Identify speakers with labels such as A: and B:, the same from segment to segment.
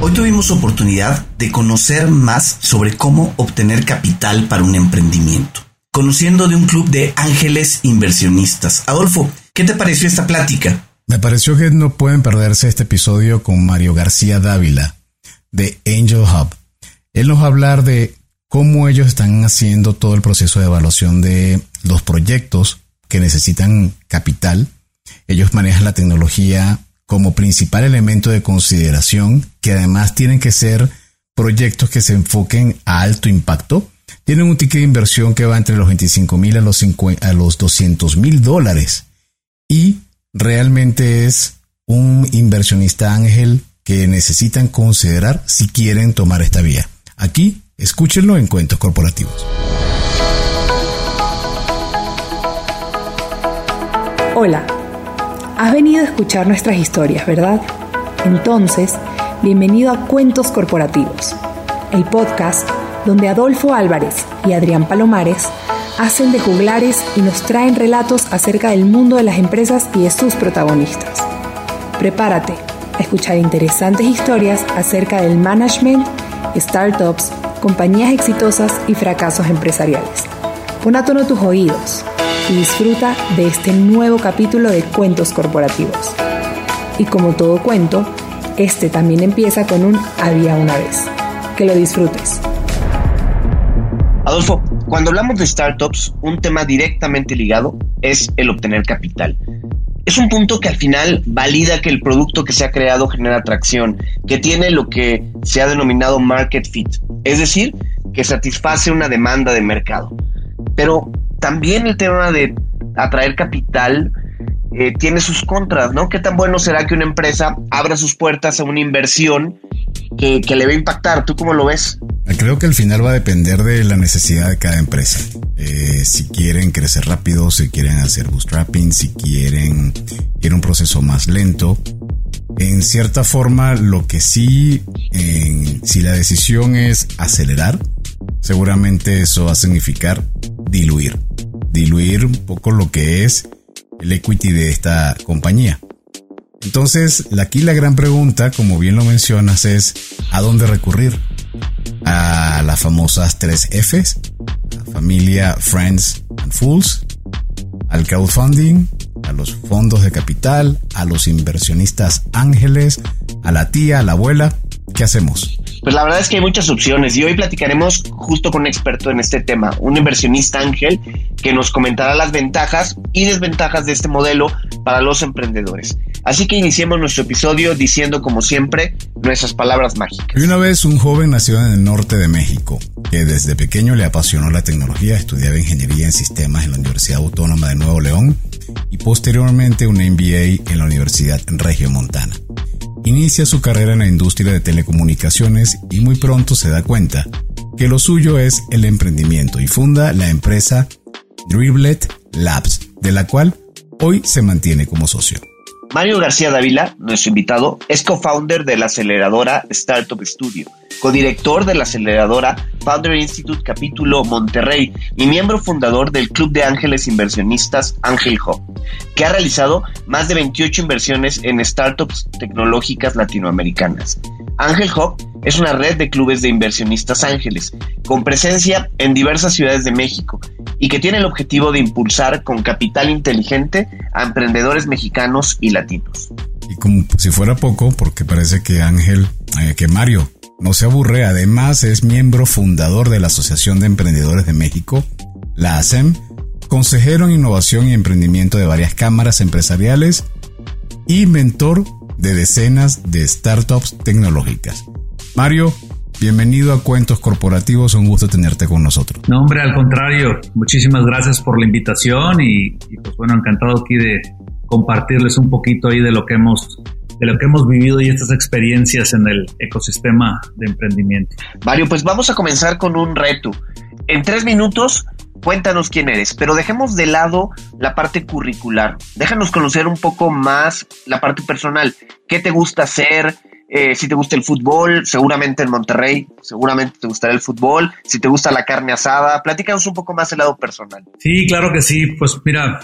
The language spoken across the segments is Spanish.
A: Hoy tuvimos oportunidad de conocer más sobre cómo obtener capital para un emprendimiento, conociendo de un club de ángeles inversionistas. Adolfo, ¿qué te pareció esta plática?
B: Me pareció que no pueden perderse este episodio con Mario García Dávila de Angel Hub. Él nos va a hablar de cómo ellos están haciendo todo el proceso de evaluación de los proyectos que necesitan capital. Ellos manejan la tecnología como principal elemento de consideración, que además tienen que ser proyectos que se enfoquen a alto impacto. Tienen un ticket de inversión que va entre los $25,000 a los $200,000 y realmente es un inversionista ángel que necesitan considerar si quieren tomar esta vía. Aquí, escúchenlo en Cuentos Corporativos.
C: Hola, has venido a escuchar nuestras historias, ¿verdad? Entonces, bienvenido a Cuentos Corporativos, el podcast donde Adolfo Álvarez y Adrián Palomares hacen de juglares y nos traen relatos acerca del mundo de las empresas y de sus protagonistas. Prepárate a escuchar interesantes historias acerca del management, startups, compañías exitosas y fracasos empresariales. Pon a tono tus oídos y disfruta de este nuevo capítulo de Cuentos Corporativos. Y como todo cuento, este también empieza con un había una vez. Que lo disfrutes.
D: Adolfo, cuando hablamos de startups, un tema directamente ligado es el obtener capital. Es un punto que al final valida que el producto que se ha creado genera atracción, que tiene lo que se ha denominado market fit, es decir, que satisface una demanda de mercado. Pero también el tema de atraer capital tiene sus contras, ¿no? ¿Qué tan bueno será que una empresa abra sus puertas a una inversión que le va a impactar? ¿Tú cómo lo ves?
B: Creo que al final va a depender de la necesidad de cada empresa. Si quieren crecer rápido, si quieren hacer bootstrapping, si quieren ir un proceso más lento. En cierta forma, lo que sí, si la decisión es acelerar, seguramente eso va a significar diluir un poco lo que es el equity de esta compañía. Entonces, aquí la gran pregunta, como bien lo mencionas, es ¿a dónde recurrir? A las famosas 3 Fs, la familia, friends and fools, al crowdfunding, a los fondos de capital, a los inversionistas ángeles, a la tía, a la abuela. ¿Qué hacemos?
D: Pues la verdad es que hay muchas opciones y hoy platicaremos justo con un experto en este tema, un inversionista ángel que nos comentará las ventajas y desventajas de este modelo para los emprendedores. Así que iniciemos nuestro episodio diciendo, como siempre, nuestras palabras mágicas.
B: Y una vez un joven nació en el norte de México, que desde pequeño le apasionó la tecnología, estudiaba ingeniería en sistemas en la Universidad Autónoma de Nuevo León y posteriormente un MBA en la Universidad Regiomontana. Inicia su carrera en la industria de telecomunicaciones y muy pronto se da cuenta que lo suyo es el emprendimiento y funda la empresa Dribblet Labs, de la cual hoy se mantiene como socio.
D: Mario García Dávila, nuestro invitado, es co-founder de la aceleradora Startup Studio, codirector de la aceleradora Founder Institute Capítulo Monterrey y miembro fundador del Club de Ángeles Inversionistas Angel Hub, que ha realizado más de 28 inversiones en startups tecnológicas latinoamericanas. Angel Hub es una red de clubes de inversionistas ángeles, con presencia en diversas ciudades de México y que tiene el objetivo de impulsar con capital inteligente a emprendedores mexicanos y latinos.
B: Y como si fuera poco, porque parece que Mario no se aburre, además es miembro fundador de la Asociación de Emprendedores de México, la ASEM, consejero en innovación y emprendimiento de varias cámaras empresariales y mentor de decenas de startups tecnológicas. Mario, bienvenido a Cuentos Corporativos, un gusto tenerte con nosotros.
E: No, hombre, al contrario, muchísimas gracias por la invitación y pues bueno, encantado aquí de compartirles un poquito ahí de lo que hemos vivido y estas experiencias en el ecosistema de emprendimiento.
D: Mario, pues vamos a comenzar con un reto. En 3 minutos, cuéntanos quién eres, pero dejemos de lado la parte curricular. Déjanos conocer un poco más la parte personal. ¿Qué te gusta hacer? Si te gusta el fútbol, seguramente en Monterrey, seguramente te gustará el fútbol. Si te gusta la carne asada, platícanos un poco más el lado personal.
E: Sí, claro que sí. Pues mira,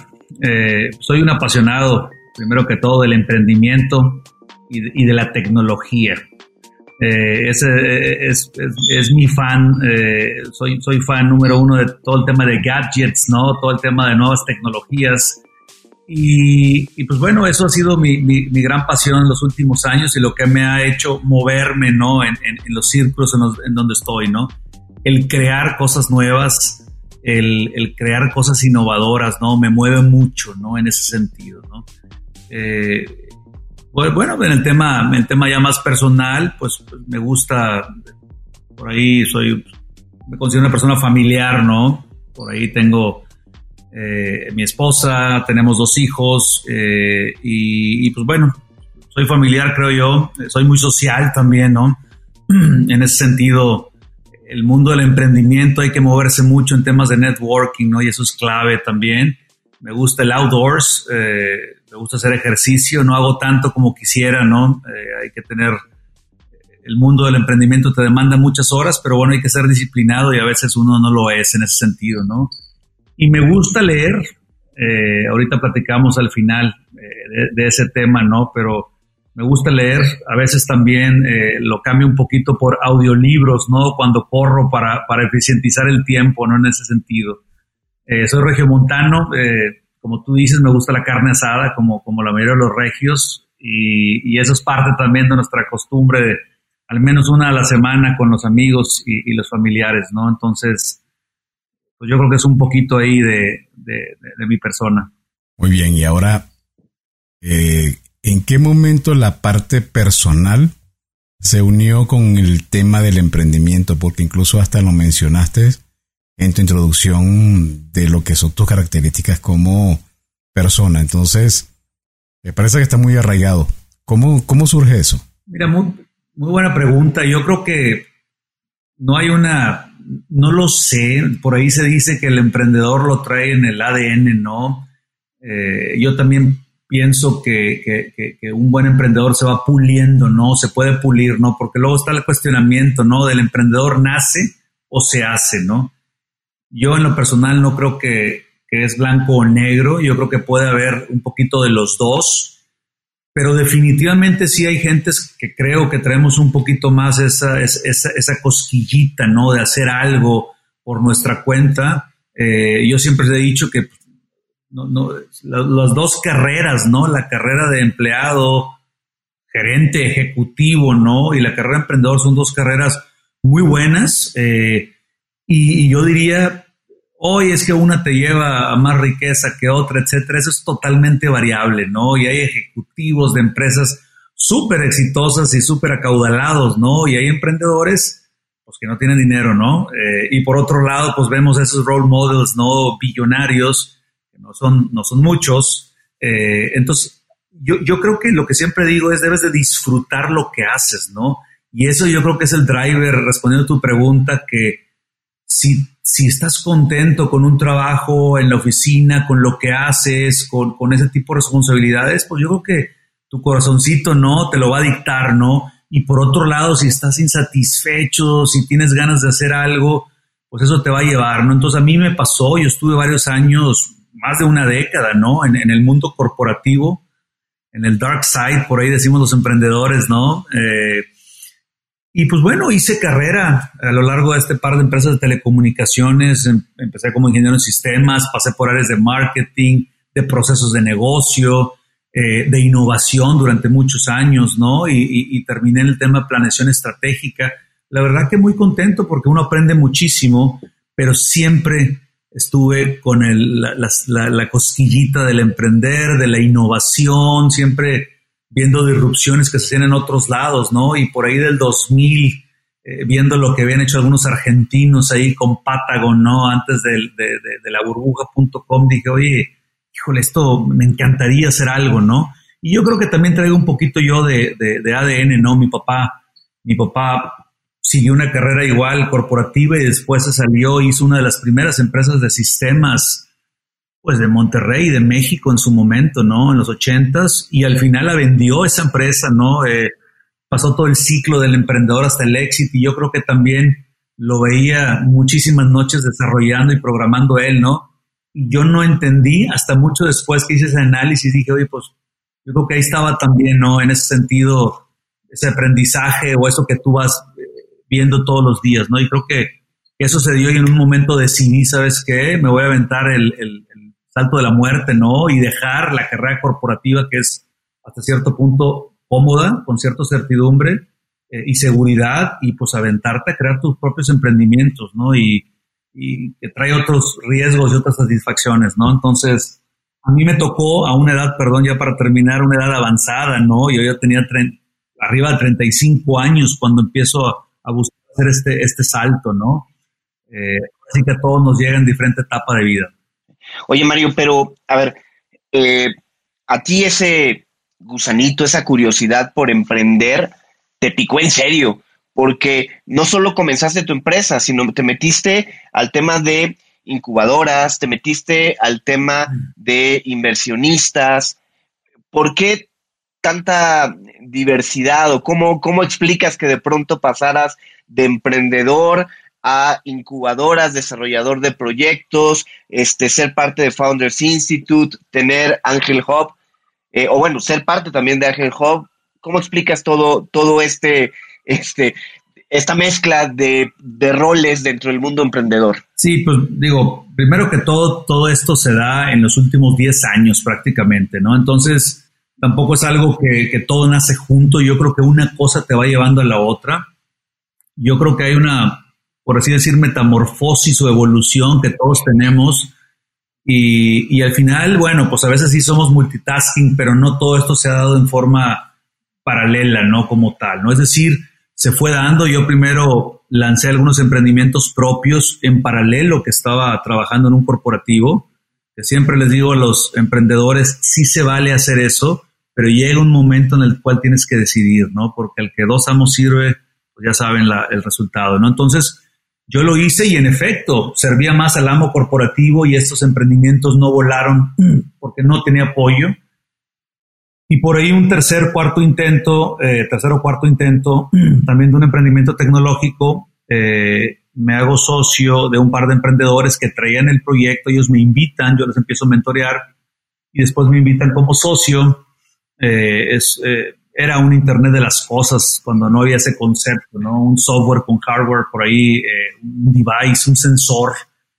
E: soy un apasionado, primero que todo, del emprendimiento y de la tecnología. Es mi fan, soy fan número uno de todo el tema de gadgets, ¿no? Todo el tema de nuevas tecnologías. Y pues bueno, eso ha sido mi gran pasión en los últimos años y lo que me ha hecho moverme, ¿no? En los círculos en donde estoy, ¿no? El crear cosas nuevas, el crear cosas innovadoras, ¿no? Me mueve mucho, ¿no? En ese sentido, ¿no? Bueno, en el tema ya más personal, pues me gusta, por ahí me considero una persona familiar, ¿no? Por ahí tengo mi esposa, tenemos 2 hijos, y pues bueno, soy familiar, creo yo, soy muy social también, ¿no? En ese sentido, el mundo del emprendimiento hay que moverse mucho en temas de networking, ¿no? Y eso es clave también. Me gusta el outdoors, me gusta hacer ejercicio, no hago tanto como quisiera, ¿no? Hay que tener, el mundo del emprendimiento te demanda muchas horas, pero bueno, hay que ser disciplinado y a veces uno no lo es en ese sentido, ¿no? Y me gusta leer, ahorita platicamos al final de ese tema, ¿no? Pero me gusta leer, a veces también lo cambio un poquito por audiolibros, ¿no? Cuando corro para eficientizar el tiempo, ¿no? En ese sentido. Soy regiomontano, como tú dices, me gusta la carne asada como la mayoría de los regios y eso es parte también de nuestra costumbre de al menos una a la semana con los amigos y los familiares, ¿no? Entonces, pues yo creo que es un poquito ahí de mi persona.
B: Muy bien, y ahora, ¿en qué momento la parte personal se unió con el tema del emprendimiento? Porque incluso hasta lo mencionaste en tu introducción de lo que son tus características como persona. Entonces, me parece que está muy arraigado. ¿Cómo surge eso?
E: Mira, muy buena pregunta. Yo creo que no lo sé. Por ahí se dice que el emprendedor lo trae en el ADN, ¿no? Yo también pienso que un buen emprendedor se va puliendo, ¿no? Se puede pulir, ¿no? Porque luego está el cuestionamiento, ¿no? Del emprendedor, ¿nace o se hace, ¿no? Yo en lo personal no creo que es blanco o negro. Yo creo que puede haber un poquito de los dos, pero definitivamente sí hay gentes que creo que traemos un poquito más esa cosquillita, ¿no? De hacer algo por nuestra cuenta. Yo siempre he dicho que las 2 carreras, ¿no? La carrera de empleado, gerente, ejecutivo, ¿no? Y la carrera de emprendedor son 2 carreras muy buenas. Y yo diría, hoy es que una te lleva a más riqueza que otra, etcétera. Eso es totalmente variable, ¿no? Y hay ejecutivos de empresas súper exitosas y súper acaudalados, ¿no? Y hay emprendedores, pues, que no tienen dinero, ¿no? Y por otro lado, pues vemos esos role models, ¿no? Billonarios, que no son muchos. Entonces, yo creo que lo que siempre digo es debes de disfrutar lo que haces, ¿no? Y eso yo creo que es el driver, respondiendo a tu pregunta, que si estás contento con un trabajo en la oficina, con lo que haces, con ese tipo de responsabilidades, pues yo creo que tu corazoncito, ¿no? Te lo va a dictar, ¿no? Y por otro lado, si estás insatisfecho, si tienes ganas de hacer algo, pues eso te va a llevar, ¿no? Entonces a mí me pasó, yo estuve varios años, más de una década, ¿no? En el mundo corporativo, en el dark side, por ahí decimos los emprendedores, ¿no? Y pues bueno, hice carrera a lo largo de este par de empresas de telecomunicaciones. Empecé como ingeniero en sistemas, pasé por áreas de marketing, de procesos de negocio, de innovación durante muchos años, ¿no? Y terminé en el tema de planeación estratégica. La verdad que muy contento porque uno aprende muchísimo, pero siempre estuve con la cosquillita del emprender, de la innovación, siempre viendo disrupciones que se hacían en otros lados, ¿no? Y por ahí del 2000, viendo lo que habían hecho algunos argentinos ahí con Patagon, ¿no? Antes de la burbuja.com, dije, oye, híjole, esto me encantaría hacer algo, ¿no? Y yo creo que también traigo un poquito yo de ADN, ¿no? Mi papá siguió una carrera igual corporativa y después se salió, hizo una de las primeras empresas de sistemas, pues de Monterrey, de México en su momento, ¿no? En los 80s, y al final la vendió esa empresa, ¿no? Pasó todo el ciclo del emprendedor hasta el éxito, y yo creo que también lo veía muchísimas noches desarrollando y programando él, ¿no? Y yo no entendí hasta mucho después que hice ese análisis, dije, oye, pues yo creo que ahí estaba también, ¿no? En ese sentido, ese aprendizaje o eso que tú vas viendo todos los días, ¿no? Y creo que eso se dio y en un momento decidí, ¿sabes qué? Me voy a aventar el salto de la muerte, ¿no? Y dejar la carrera corporativa, que es hasta cierto punto cómoda, con cierta certidumbre y seguridad, y pues aventarte a crear tus propios emprendimientos, ¿no? Y que trae otros riesgos y otras satisfacciones, ¿no? Entonces, a mí me tocó a una edad, ya para terminar, una edad avanzada, ¿no? Yo ya tenía arriba de 35 años cuando empiezo a buscar hacer este salto, ¿no? Así que a todos nos llega en diferente etapa de vida.
D: Oye, Mario, pero, a ver, a ti ese gusanito, esa curiosidad por emprender, te picó en serio, porque no solo comenzaste tu empresa, sino te metiste al tema de incubadoras, te metiste al tema de inversionistas. ¿Por qué tanta diversidad o cómo explicas que de pronto pasaras de emprendedor a incubadoras, desarrollador de proyectos, ser parte de Founders Institute, tener Angel Hub, ser parte también de Angel Hub? ¿Cómo explicas todo esta mezcla de roles dentro del mundo emprendedor?
E: Sí, pues digo, primero que todo esto se da en los últimos 10 años prácticamente, ¿no? Entonces, tampoco es algo que todo nace junto. Yo creo que una cosa te va llevando a la otra. Yo creo que hay una, por así decir, metamorfosis o evolución que todos tenemos y al final, bueno, pues a veces sí somos multitasking, pero no todo esto se ha dado en forma paralela, ¿no? Como tal, ¿no? Es decir, se fue dando. Yo primero lancé algunos emprendimientos propios en paralelo que estaba trabajando en un corporativo, que siempre les digo a los emprendedores, sí se vale hacer eso, pero llega un momento en el cual tienes que decidir, ¿no? Porque el que dos amos sirve, pues ya saben el resultado, ¿no? Entonces, yo lo hice y en efecto, servía más al amo corporativo y estos emprendimientos no volaron porque no tenía apoyo. Y por ahí un tercer o cuarto intento, también de un emprendimiento tecnológico, me hago socio de un par de emprendedores que traían el proyecto. Ellos me invitan, yo les empiezo a mentorear y después me invitan como socio. Era un Internet de las cosas cuando no había ese concepto, ¿no? Un software con hardware por ahí, un device, un sensor.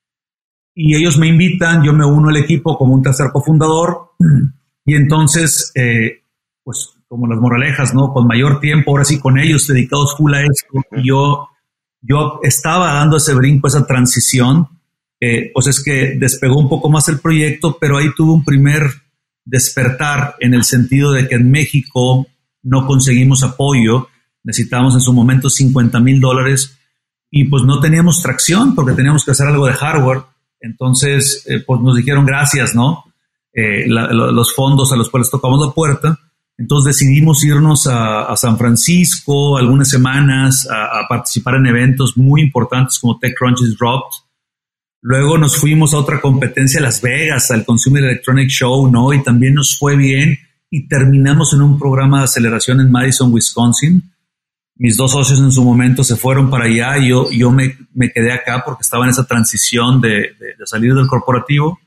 E: Y ellos me invitan, yo me uno al equipo como un tercer cofundador. Y entonces, pues como las moralejas, ¿no? Con mayor tiempo, ahora sí con ellos dedicados full a esto. Y yo estaba dando ese brinco, esa transición. Pues es que despegó un poco más el proyecto, pero ahí tuve un primer despertar en el sentido de que en México no conseguimos apoyo. Necesitábamos en su momento $50,000 y pues no teníamos tracción porque teníamos que hacer algo de hardware. Entonces, pues nos dijeron gracias, ¿no? Los fondos a los cuales tocamos la puerta. Entonces decidimos irnos a San Francisco algunas semanas a participar en eventos muy importantes como TechCrunch is Dropped. Luego nos fuimos a otra competencia a Las Vegas, al Consumer Electronic Show, ¿no? Y también nos fue bien y terminamos en un programa de aceleración en Madison, Wisconsin. Mis dos socios en su momento se fueron para allá y yo me quedé acá porque estaba en esa transición de salir del corporativo.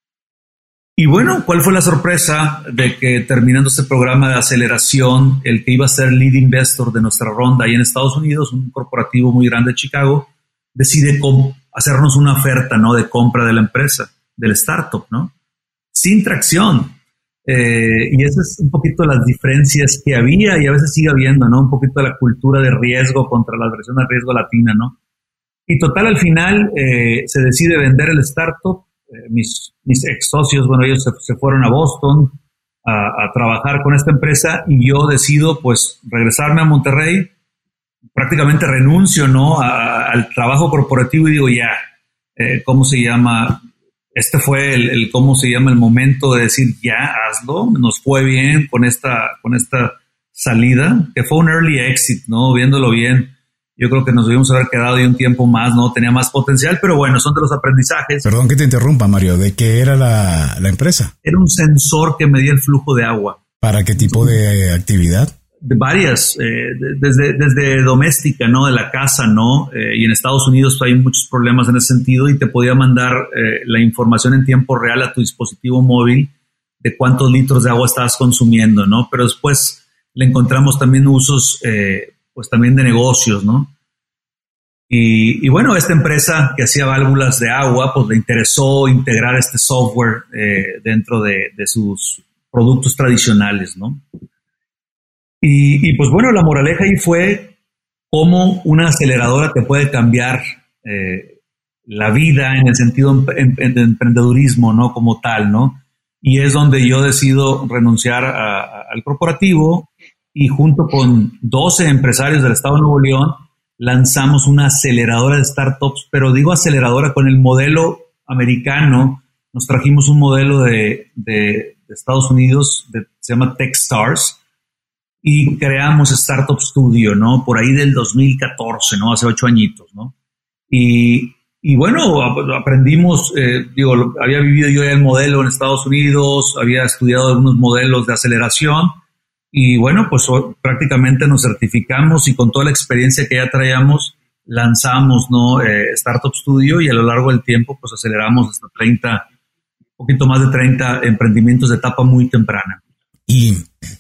E: Y bueno, ¿cuál fue la sorpresa? De que terminando este programa de aceleración, el que iba a ser lead investor de nuestra ronda ahí en Estados Unidos, un corporativo muy grande de Chicago, decide hacernos una oferta, ¿no? De compra de la empresa, del startup, ¿no? Sin tracción. Y esas es un poquito las diferencias que había y a veces sigue habiendo, ¿no? Un poquito de la cultura de riesgo contra la versión de riesgo latina, ¿no? Y total, al final se decide vender el startup. Mis ex socios, bueno, ellos se fueron a Boston a trabajar con esta empresa y yo decido pues regresarme a Monterrey. Prácticamente renuncio, ¿no? Al trabajo corporativo y digo ya, ¿cómo se llama? Este fue el momento de decir ya, hazlo. Nos fue bien con esta salida, que fue un early exit, ¿no? Viéndolo bien. Yo creo que nos debimos haber quedado ahí un tiempo más, ¿no? Tenía más potencial, pero bueno, son de los aprendizajes.
B: Perdón que te interrumpa, Mario. ¿De qué era la empresa?
E: Era un sensor que medía el flujo de agua.
B: ¿Para qué tipo de actividad?
E: De varias, desde doméstica, ¿no? De la casa, ¿no? Y en Estados Unidos hay muchos problemas en ese sentido y te podía mandar la información en tiempo real a tu dispositivo móvil de cuántos litros de agua estabas consumiendo, ¿no? Pero después le encontramos también usos, pues también de negocios, ¿no? Y bueno, esta empresa que hacía válvulas de agua, pues le interesó integrar este software dentro de sus productos tradicionales, ¿no? Y pues bueno, la moraleja ahí fue cómo una aceleradora te puede cambiar la vida en el sentido de emprendedurismo, ¿no? Como tal, ¿no? Y es donde yo decido renunciar al corporativo y junto con 12 empresarios del estado de Nuevo León lanzamos una aceleradora de startups, pero digo aceleradora con el modelo americano. Nos trajimos un modelo de Estados Unidos, se llama Techstars, y creamos Startup Studio, ¿no? Por ahí del 2014, ¿no? Hace 8 añitos, ¿no? Y bueno, aprendimos, había vivido yo ya el modelo en Estados Unidos, había estudiado algunos modelos de aceleración, y bueno, pues prácticamente nos certificamos y con toda la experiencia que ya traíamos, lanzamos, ¿no? Startup Studio, y a lo largo del tiempo pues aceleramos hasta 30, un poquito más de 30 emprendimientos de etapa muy temprana.
B: ¿Y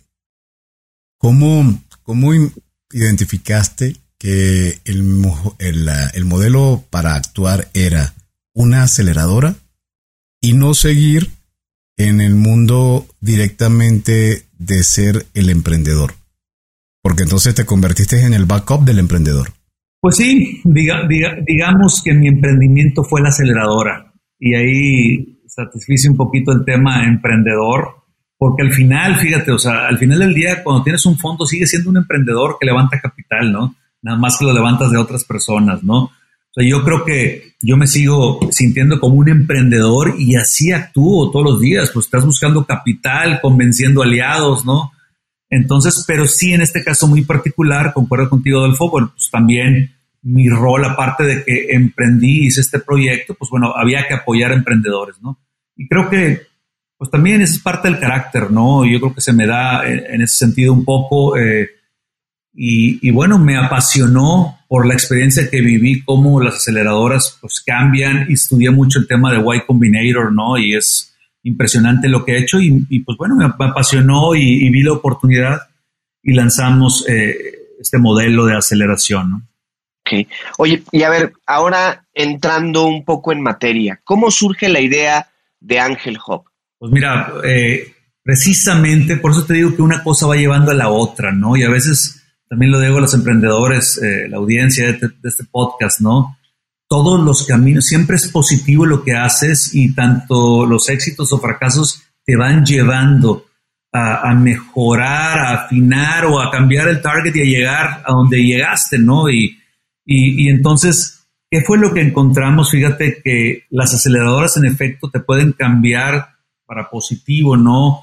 B: cómo identificaste que el modelo para actuar era una aceleradora y no seguir en el mundo directamente de ser el emprendedor? Porque entonces te convertiste en el backup del emprendedor.
E: Pues sí, digamos que mi emprendimiento fue la aceleradora, y ahí satisfice un poquito el tema emprendedor, porque al final, fíjate, o sea, al final del día, cuando tienes un fondo, sigues siendo un emprendedor que levanta capital, ¿no? Nada más que lo levantas de otras personas, ¿no? O sea, yo creo que yo me sigo sintiendo como un emprendedor y así actúo todos los días, pues estás buscando capital, convenciendo aliados, ¿no? Entonces, pero sí, en este caso muy particular, concuerdo contigo, Adolfo, bueno, pues también mi rol, aparte de que emprendí, hice este proyecto, pues bueno, había que apoyar a emprendedores, ¿no? Y creo que, pues también esa es parte del carácter, ¿no? Yo creo que se me da en ese sentido un poco, y bueno, me apasionó por la experiencia que viví, cómo las aceleradoras pues cambian, y estudié mucho el tema de Y Combinator, ¿no? Y es impresionante lo que he hecho, y pues bueno, me apasionó y vi la oportunidad y lanzamos este modelo de aceleración, ¿no?
D: Ok. Oye, y a ver, ahora entrando un poco en materia, ¿cómo surge la idea de Ángel Hub?
E: Pues mira, precisamente por eso te digo que una cosa va llevando a la otra, ¿no? Y a veces también lo digo a los emprendedores, la audiencia de este podcast, ¿no? Todos los caminos, siempre es positivo lo que haces, y tanto los éxitos o fracasos te van llevando a mejorar, a afinar o a cambiar el target y a llegar a donde llegaste, ¿no? Y entonces, ¿qué fue lo que encontramos? Fíjate que las aceleradoras en efecto te pueden cambiar para positivo, ¿no?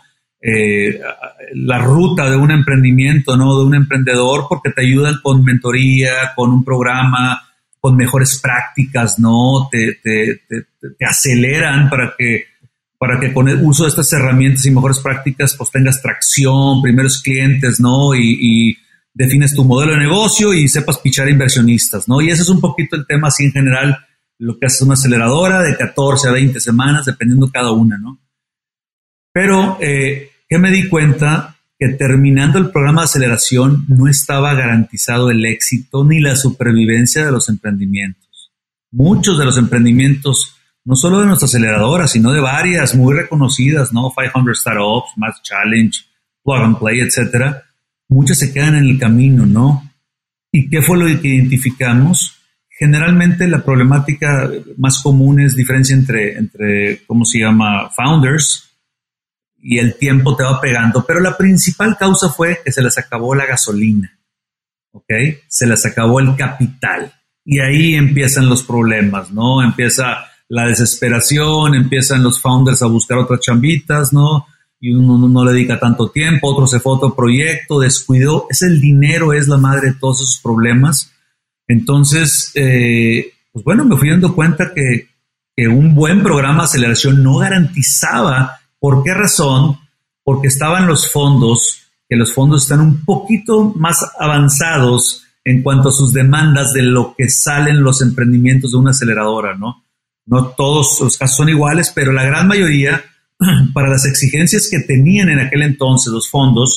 E: La ruta de un emprendimiento, ¿no? De un emprendedor, porque te ayudan con mentoría, con un programa, con mejores prácticas, ¿no? Te aceleran para que con el uso de estas herramientas y mejores prácticas pues tengas tracción, primeros clientes, ¿no? Y defines tu modelo de negocio y sepas pichar a inversionistas, ¿no? Y ese es un poquito el tema así en general, lo que hace una aceleradora de 14 a 20 semanas, dependiendo cada una, ¿no? Pero, ¿qué me di cuenta? Que terminando el programa de aceleración no estaba garantizado el éxito ni la supervivencia de los emprendimientos. Muchos de los emprendimientos, no solo de nuestra aceleradora, sino de varias muy reconocidas, ¿no? 500 Startups, Mass Challenge, Plug and Play, etcétera. Muchas se quedan en el camino, ¿no? ¿Y qué fue lo que identificamos? Generalmente la problemática más común es diferencia entre ¿cómo se llama? Founders, y el tiempo te va pegando, pero la principal causa fue que se les acabó la gasolina, ¿ok? Se les acabó el capital, y ahí empiezan los problemas, ¿no? Empieza la desesperación, empiezan los founders a buscar otras chambitas, ¿no? Y uno no le dedica tanto tiempo, otro se fue a otro proyecto, descuidó. Es el dinero, es la madre de todos esos problemas. Entonces, pues bueno, me fui dando cuenta que un buen programa de aceleración no garantizaba. ¿Por qué razón? Porque estaban los fondos, que los fondos están un poquito más avanzados en cuanto a sus demandas de lo que salen los emprendimientos de una aceleradora, ¿no? No todos los casos son iguales, pero la gran mayoría, para las exigencias que tenían en aquel entonces los fondos,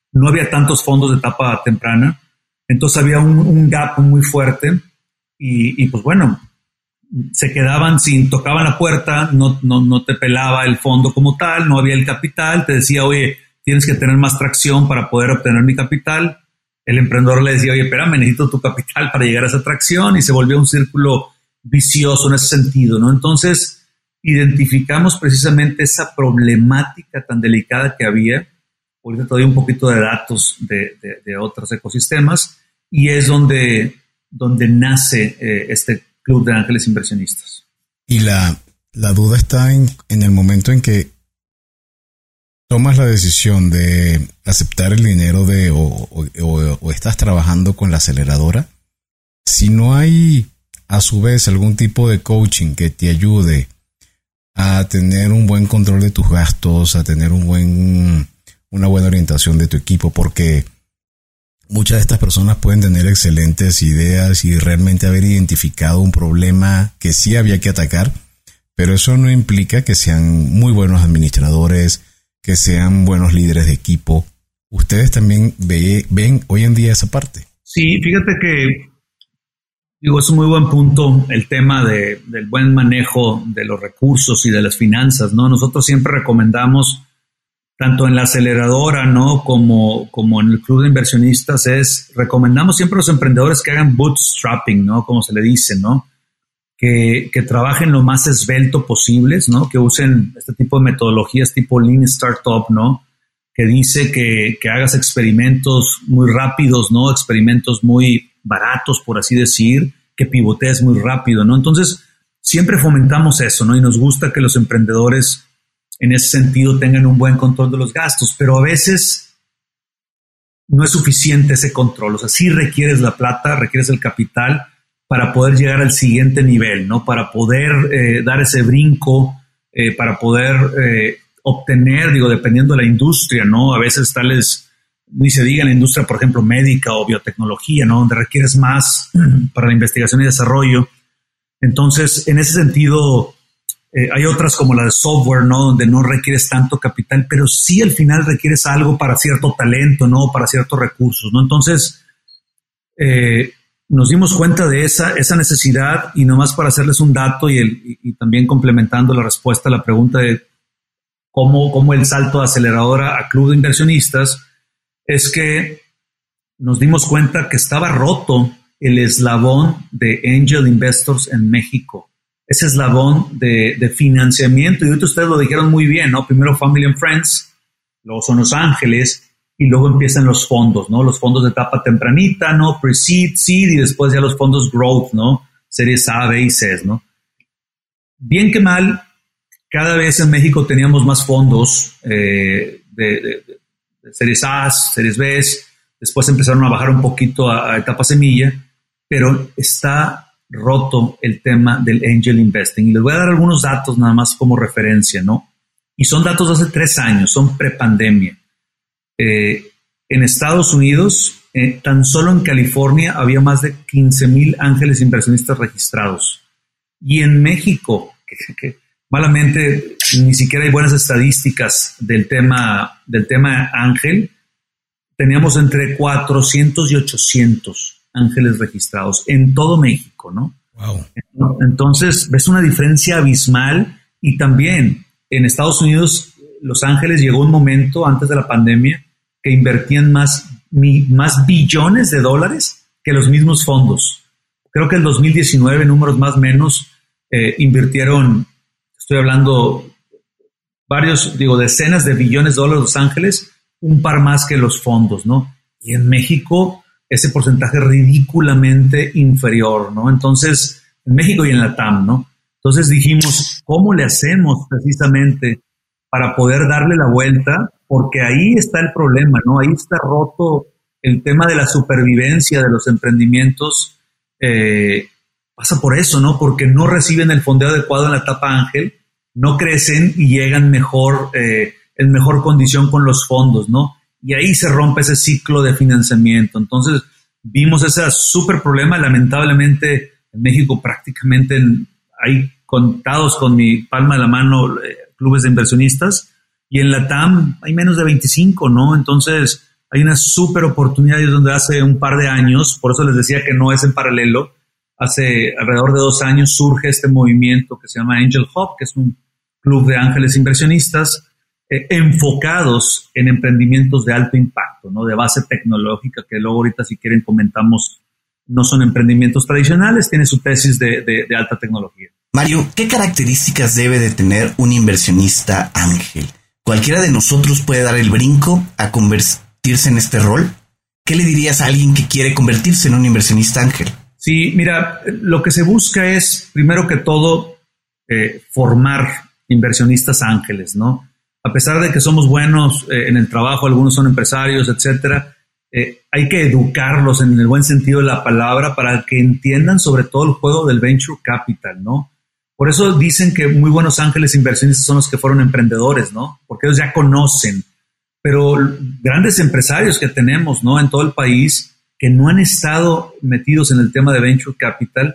E: no había tantos fondos de etapa temprana, entonces había un gap muy fuerte y pues bueno, se quedaban tocaban la puerta, no te pelaba el fondo como tal, no había el capital, te decía, oye, tienes que tener más tracción para poder obtener mi capital. El emprendedor le decía, oye, espérame, necesito tu capital para llegar a esa tracción, y se volvió un círculo vicioso en ese sentido, ¿no? Entonces, identificamos precisamente esa problemática tan delicada que había. Ahorita te doy un poquito de datos de otros ecosistemas, y es donde nace este Club de Ángeles Inversionistas.
B: Y la duda está en el momento en que tomas la decisión de aceptar el dinero o estás trabajando con la aceleradora. Si no hay a su vez algún tipo de coaching que te ayude a tener un buen control de tus gastos, a tener una buena orientación de tu equipo, porque muchas de estas personas pueden tener excelentes ideas y realmente haber identificado un problema que sí había que atacar, pero eso no implica que sean muy buenos administradores, que sean buenos líderes de equipo. ¿Ustedes también ven hoy en día esa parte?
E: Sí, fíjate que es un muy buen punto el tema del buen manejo de los recursos y de las finanzas, ¿no? Nosotros siempre recomendamos, tanto en la aceleradora, ¿no?, como en el club de inversionistas, recomendamos siempre a los emprendedores que hagan bootstrapping, ¿no?, como se le dice, ¿no?, que trabajen lo más esbelto posibles, ¿no?, que usen este tipo de metodologías tipo Lean Startup, ¿no?, que dice que hagas experimentos muy rápidos, ¿no?, experimentos muy baratos, por así decir, que pivotees muy rápido, ¿no? Entonces, siempre fomentamos eso, ¿no?, y nos gusta que los emprendedores en ese sentido tengan un buen control de los gastos, pero a veces no es suficiente ese control. O sea, sí requieres la plata, requieres el capital para poder llegar al siguiente nivel, ¿no? Para poder dar ese brinco, para poder obtener, dependiendo de la industria, ¿no? A veces ni se diga en la industria, por ejemplo, médica o biotecnología, ¿no?, donde requieres más para la investigación y desarrollo. Entonces, en ese sentido, hay otras como la de software, ¿no?, donde no requieres tanto capital, pero sí al final requieres algo para cierto talento, ¿no?, para ciertos recursos, ¿no? Entonces, nos dimos cuenta de esa necesidad, y nomás para hacerles un dato y también complementando la respuesta a la pregunta de cómo el salto de aceleradora a club de inversionistas, es que nos dimos cuenta que estaba roto el eslabón de Angel Investors en México. Ese eslabón de financiamiento, y ahorita ustedes lo dijeron muy bien, ¿no? Primero Family and Friends, luego son los ángeles, y luego empiezan los fondos, ¿no? Los fondos de etapa tempranita, ¿no? Pre-seed, seed, y después ya los fondos growth, ¿no? Series A, B y C, ¿no? Bien que mal, cada vez en México teníamos más fondos de series A, series B, después empezaron a bajar un poquito a etapa semilla, pero está roto el tema del angel investing. Y les voy a dar algunos datos nada más como referencia, ¿no? Y son datos de hace 3 años, son prepandemia. En Estados Unidos, tan solo en California había más de 15,000 ángeles inversionistas registrados. Y en México, que malamente ni siquiera hay buenas estadísticas del tema ángel, teníamos entre 400 y 800 ángeles registrados en todo México, ¿no?
B: Wow.
E: Entonces, ves una diferencia abismal. Y también en Estados Unidos, Los Ángeles llegó un momento antes de la pandemia que invertían más billones de dólares que los mismos fondos. Creo que en 2019, números más o menos, invirtieron, estoy hablando decenas de billones de dólares Los Ángeles, un par más que los fondos, ¿no? Y en México ese porcentaje es ridículamente inferior, ¿no? Entonces, en México y en la TAM, ¿no? Entonces dijimos, ¿cómo le hacemos precisamente para poder darle la vuelta? Porque ahí está el problema, ¿no? Ahí está roto el tema de la supervivencia de los emprendimientos. Pasa por eso, ¿no? Porque no reciben el fondeo adecuado en la etapa ángel, no crecen y llegan en mejor condición con los fondos, ¿no? Y ahí se rompe ese ciclo de financiamiento. Entonces, vimos ese súper problema. Lamentablemente, en México prácticamente hay contados con mi palma de la mano clubes de inversionistas, y en la TAM hay menos de 25, ¿no? Entonces, hay una súper oportunidad donde hace un par de años, por eso les decía que no es en paralelo, hace alrededor de 2 años surge este movimiento que se llama Angel Hub, que es un club de ángeles inversionistas enfocados en emprendimientos de alto impacto, ¿no? De base tecnológica, que luego ahorita si quieren comentamos, no son emprendimientos tradicionales, tiene su tesis de alta tecnología.
A: Mario, ¿qué características debe de tener un inversionista ángel? ¿Cualquiera de nosotros puede dar el brinco a convertirse en este rol? ¿Qué le dirías a alguien que quiere convertirse en un inversionista ángel?
E: Sí, mira, lo que se busca es, primero que todo, formar inversionistas ángeles, ¿no? A pesar de que somos buenos en el trabajo, algunos son empresarios, etcétera, hay que educarlos en el buen sentido de la palabra para que entiendan sobre todo el juego del venture capital, ¿no? Por eso dicen que muy buenos ángeles inversionistas son los que fueron emprendedores, ¿no? Porque ellos ya conocen. Pero grandes empresarios que tenemos, ¿no? En todo el país que no han estado metidos en el tema de venture capital,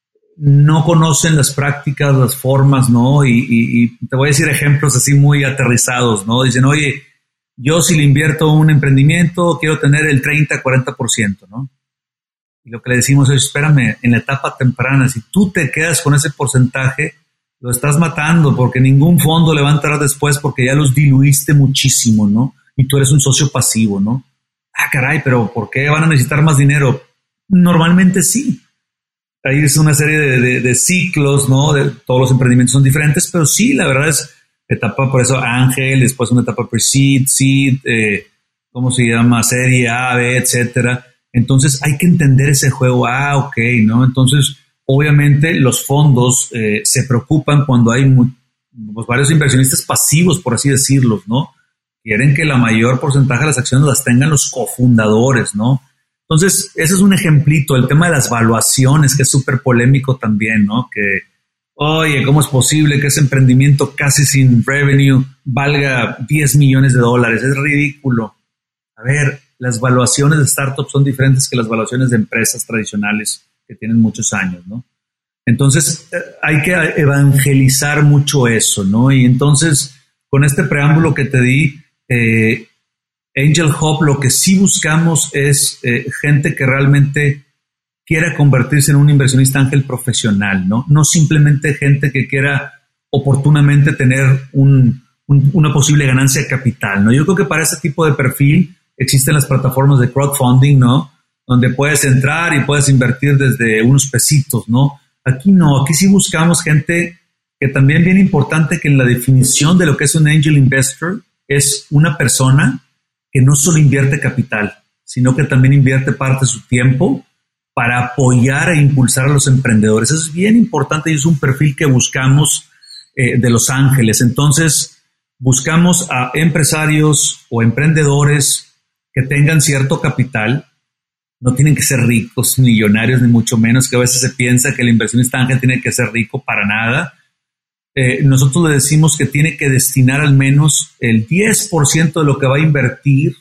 E: no conocen las prácticas, las formas, ¿no? Y te voy a decir ejemplos así muy aterrizados, ¿no? Dicen, oye, yo si le invierto un emprendimiento quiero tener el 30-40%, ¿no? Y lo que le decimos es, espérame, en la etapa temprana, si tú te quedas con ese porcentaje, lo estás matando porque ningún fondo le va a entrar después porque ya los diluiste muchísimo, ¿no? Y tú eres un socio pasivo, ¿no? Ah, caray, pero ¿por qué van a necesitar más dinero? Normalmente sí. Ahí es una serie de ciclos, ¿no? Todos los emprendimientos son diferentes, pero sí, la verdad es etapa, por eso ángel, después una etapa pre-seed, seed, ¿cómo se llama? Serie A, B, etcétera. Entonces hay que entender ese juego. Ah, ok, ¿no? Entonces, obviamente los fondos se preocupan cuando hay pues, varios inversionistas pasivos, por así decirlo, ¿no? Quieren que la mayor porcentaje de las acciones las tengan los cofundadores, ¿no? Entonces, ese es un ejemplito, el tema de las valuaciones, que es súper polémico también, ¿no? Que, oye, ¿cómo es posible que ese emprendimiento casi sin revenue valga $10 millones? Es ridículo. A ver, las valuaciones de startups son diferentes que las valuaciones de empresas tradicionales que tienen muchos años, ¿no? Entonces, hay que evangelizar mucho eso, ¿no? Y entonces, con este preámbulo que te di, Angel Hub, lo que sí buscamos es gente que realmente quiera convertirse en un inversionista ángel profesional, ¿no? No simplemente gente que quiera oportunamente tener una posible ganancia de capital, ¿no? Yo creo que para ese tipo de perfil existen las plataformas de crowdfunding, ¿no? Donde puedes entrar y puedes invertir desde unos pesitos, ¿no? Aquí no, aquí sí buscamos gente que también bien importante que en la definición de lo que es un angel investor es una persona que no solo invierte capital, sino que también invierte parte de su tiempo para apoyar e impulsar a los emprendedores. Eso es bien importante y es un perfil que buscamos de Los Ángeles. Entonces, buscamos a empresarios o emprendedores que tengan cierto capital. No tienen que ser ricos, millonarios, ni mucho menos, que a veces se piensa que el inversionista ángel tiene que ser rico, para nada. Nosotros le decimos que tiene que destinar al menos el 10% de lo que va a invertir,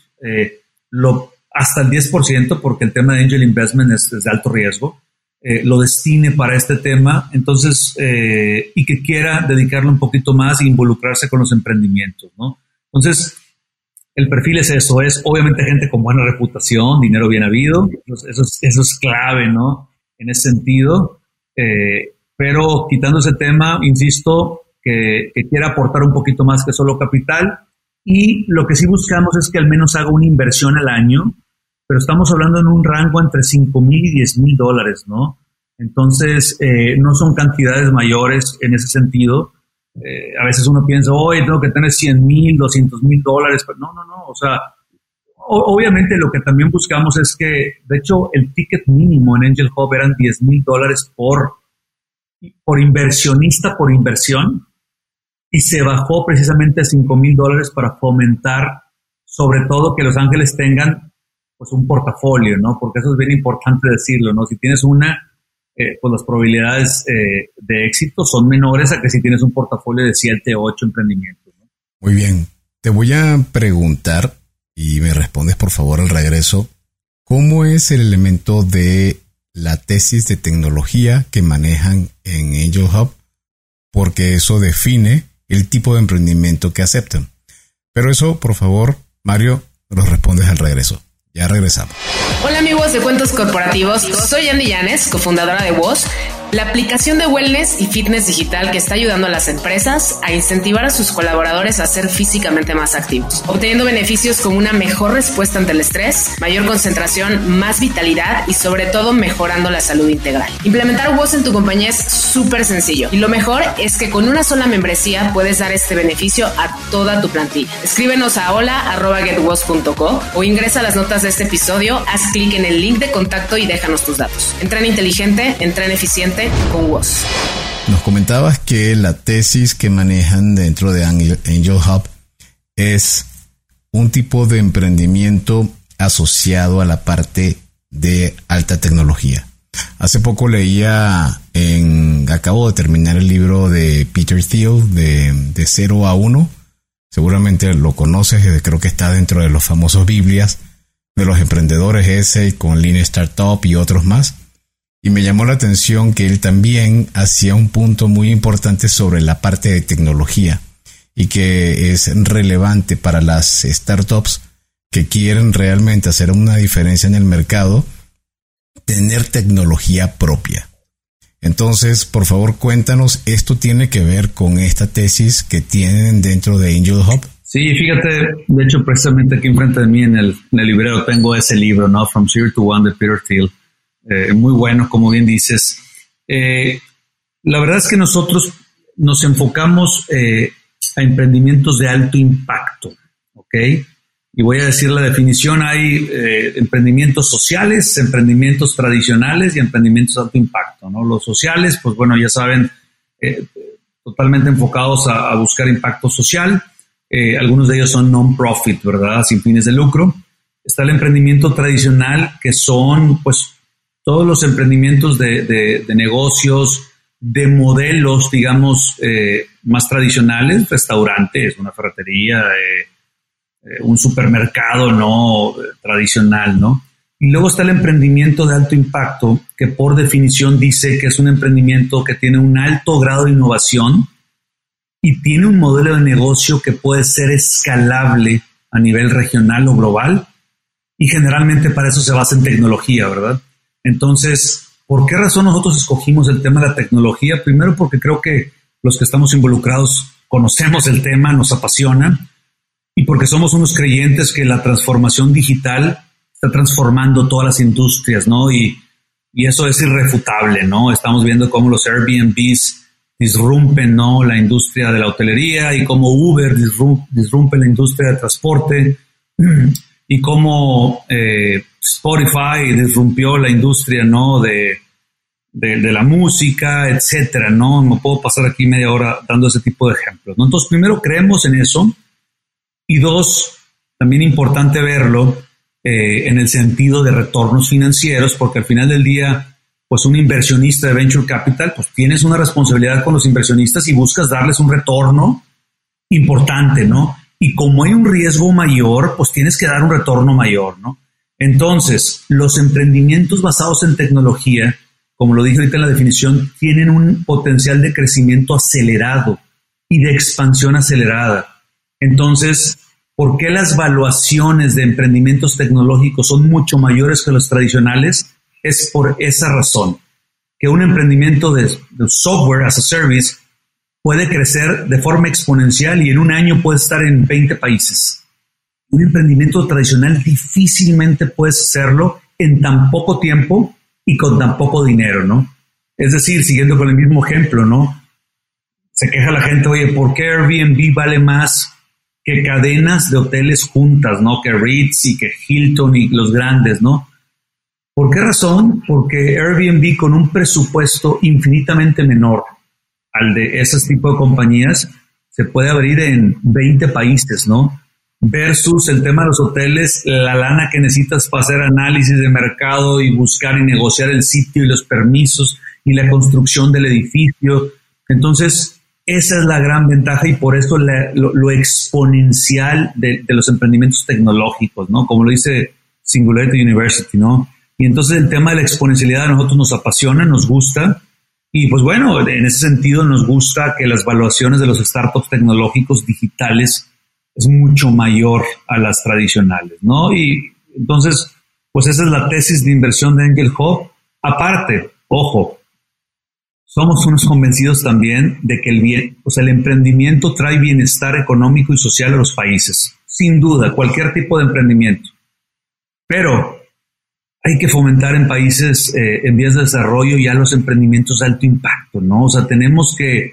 E: hasta el 10%, porque el tema de angel investment es de alto riesgo, lo destine para este tema, entonces, y que quiera dedicarle un poquito más e involucrarse con los emprendimientos, ¿no? Entonces, el perfil es eso, es obviamente gente con buena reputación, dinero bien habido, eso es clave, ¿no? En ese sentido, pero quitando ese tema, insisto, que quiera aportar un poquito más que solo capital, y lo que sí buscamos es que al menos haga una inversión al año, pero estamos hablando en un rango entre $5,000 y $10,000, ¿no? Entonces, no son cantidades mayores en ese sentido. A veces uno piensa, oye, tengo que tener $100,000, $200,000, pero no, o sea, obviamente lo que también buscamos es que, de hecho, el ticket mínimo en Angel Hub eran $10,000 por inversionista por inversión, y se bajó precisamente a $5,000 para fomentar, sobre todo, que los ángeles tengan pues un portafolio, ¿no? Porque eso es bien importante decirlo, ¿no? Si tienes pues las probabilidades de éxito son menores a que si tienes un portafolio de 7, 8 emprendimientos, ¿no?
B: Muy bien. Te voy a preguntar, y me respondes por favor al regreso, ¿cómo es el elemento de la tesis de tecnología que manejan en Angel Hub? Porque eso define el tipo de emprendimiento que aceptan. Pero eso, por favor, Mario, Me los respondes al regreso. Ya regresamos.
F: Hola amigos de Cuentos Corporativos, soy Andy Llanes, cofundadora de WOS, la aplicación de wellness y fitness digital que está ayudando a las empresas a incentivar a sus colaboradores a ser físicamente más activos, obteniendo beneficios como una mejor respuesta ante el estrés, mayor concentración, más vitalidad y sobre todo mejorando la salud integral. Implementar WOS en tu compañía es súper sencillo y lo mejor es que con una sola membresía puedes dar este beneficio a toda tu plantilla. Escríbenos a hola@getwos.co o ingresa a las notas de este episodio, haz clic en el link de contacto y déjanos tus datos. Entrena inteligente, entrena eficiente con WOS.
B: Nos comentabas que la tesis que manejan dentro de Angel Hub es un tipo de emprendimiento asociado a la parte de alta tecnología. Hace poco acabo de terminar el libro de Peter Thiel de 0 a 1. Seguramente lo conoces, creo que está dentro de los famosos Biblias de los emprendedores ese, con Lean Startup y otros más. Y me llamó la atención que él también hacía un punto muy importante sobre la parte de tecnología y que es relevante para las startups que quieren realmente hacer una diferencia en el mercado, tener tecnología propia. Entonces, por favor, cuéntanos, ¿esto tiene que ver con esta tesis que tienen dentro de Angel Hub?
E: Sí, fíjate, de hecho, precisamente aquí enfrente de mí en el librero tengo ese libro, ¿no? From Zero to One de Peter Thiel. Muy bueno, como bien dices. La verdad es que nosotros nos enfocamos a emprendimientos de alto impacto, ¿ok? Y voy a decir la definición, hay emprendimientos sociales, emprendimientos tradicionales y emprendimientos de alto impacto, ¿no? Los sociales, pues bueno, ya saben, totalmente enfocados a buscar impacto social. Algunos de ellos son non-profit, ¿verdad? Sin fines de lucro. Está el emprendimiento tradicional, que son, pues, todos los emprendimientos de negocios, de modelos, digamos, más tradicionales, restaurantes, una ferretería, un supermercado, ¿no? Tradicional, ¿no? Y luego está el emprendimiento de alto impacto, que por definición dice que es un emprendimiento que tiene un alto grado de innovación y tiene un modelo de negocio que puede ser escalable a nivel regional o global, y generalmente para eso se basa en tecnología, ¿verdad? Entonces, ¿por qué razón nosotros escogimos el tema de la tecnología? Primero, porque creo que los que estamos involucrados conocemos el tema, nos apasiona, y porque somos unos creyentes que la transformación digital está transformando todas las industrias, ¿no? Y eso es irrefutable, ¿no? Estamos viendo cómo los Airbnbs disrumpen, ¿no? La industria de la hotelería, y cómo Uber disrumpe la industria del transporte, y cómo Spotify disrumpió la industria, ¿no? de la música, etcétera, ¿no? Me puedo pasar aquí media hora dando ese tipo de ejemplos, ¿no? Entonces, primero, creemos en eso, y dos, también importante verlo en el sentido de retornos financieros, porque al final del día, pues un inversionista de Venture Capital, pues tienes una responsabilidad con los inversionistas y buscas darles un retorno importante, ¿no? Y como hay un riesgo mayor, pues tienes que dar un retorno mayor, ¿no? Entonces, los emprendimientos basados en tecnología, como lo dije ahorita en la definición, tienen un potencial de crecimiento acelerado y de expansión acelerada. Entonces, ¿por qué las valuaciones de emprendimientos tecnológicos son mucho mayores que los tradicionales? Es por esa razón, que un emprendimiento de software as a service puede crecer de forma exponencial y en un año puede estar en 20 países. Un emprendimiento tradicional difícilmente puedes hacerlo en tan poco tiempo y con tan poco dinero, ¿no? Es decir, siguiendo con el mismo ejemplo, ¿no? Se queja la gente, oye, ¿por qué Airbnb vale más que cadenas de hoteles juntas, ¿no? Que Ritz y que Hilton y los grandes, ¿no? ¿Por qué razón? Porque Airbnb, con un presupuesto infinitamente menor al de ese tipo de compañías, se puede abrir en 20 países, ¿no? Versus el tema de los hoteles, la lana que necesitas para hacer análisis de mercado y buscar y negociar el sitio y los permisos y la construcción del edificio. Entonces, esa es la gran ventaja, y por eso lo exponencial de los emprendimientos tecnológicos, ¿no? Como lo dice Singularity University, ¿no? Y entonces el tema de la exponencialidad a nosotros nos apasiona, nos gusta. Y pues bueno, en ese sentido nos gusta que las valuaciones de los startups tecnológicos digitales es mucho mayor a las tradicionales, ¿no? Y entonces, pues esa es la tesis de inversión de Angel Hub. Aparte, ojo, somos unos convencidos también de que el emprendimiento trae bienestar económico y social a los países. Sin duda, cualquier tipo de emprendimiento. Pero hay que fomentar en países en vías de desarrollo ya los emprendimientos de alto impacto, ¿no? O sea, tenemos que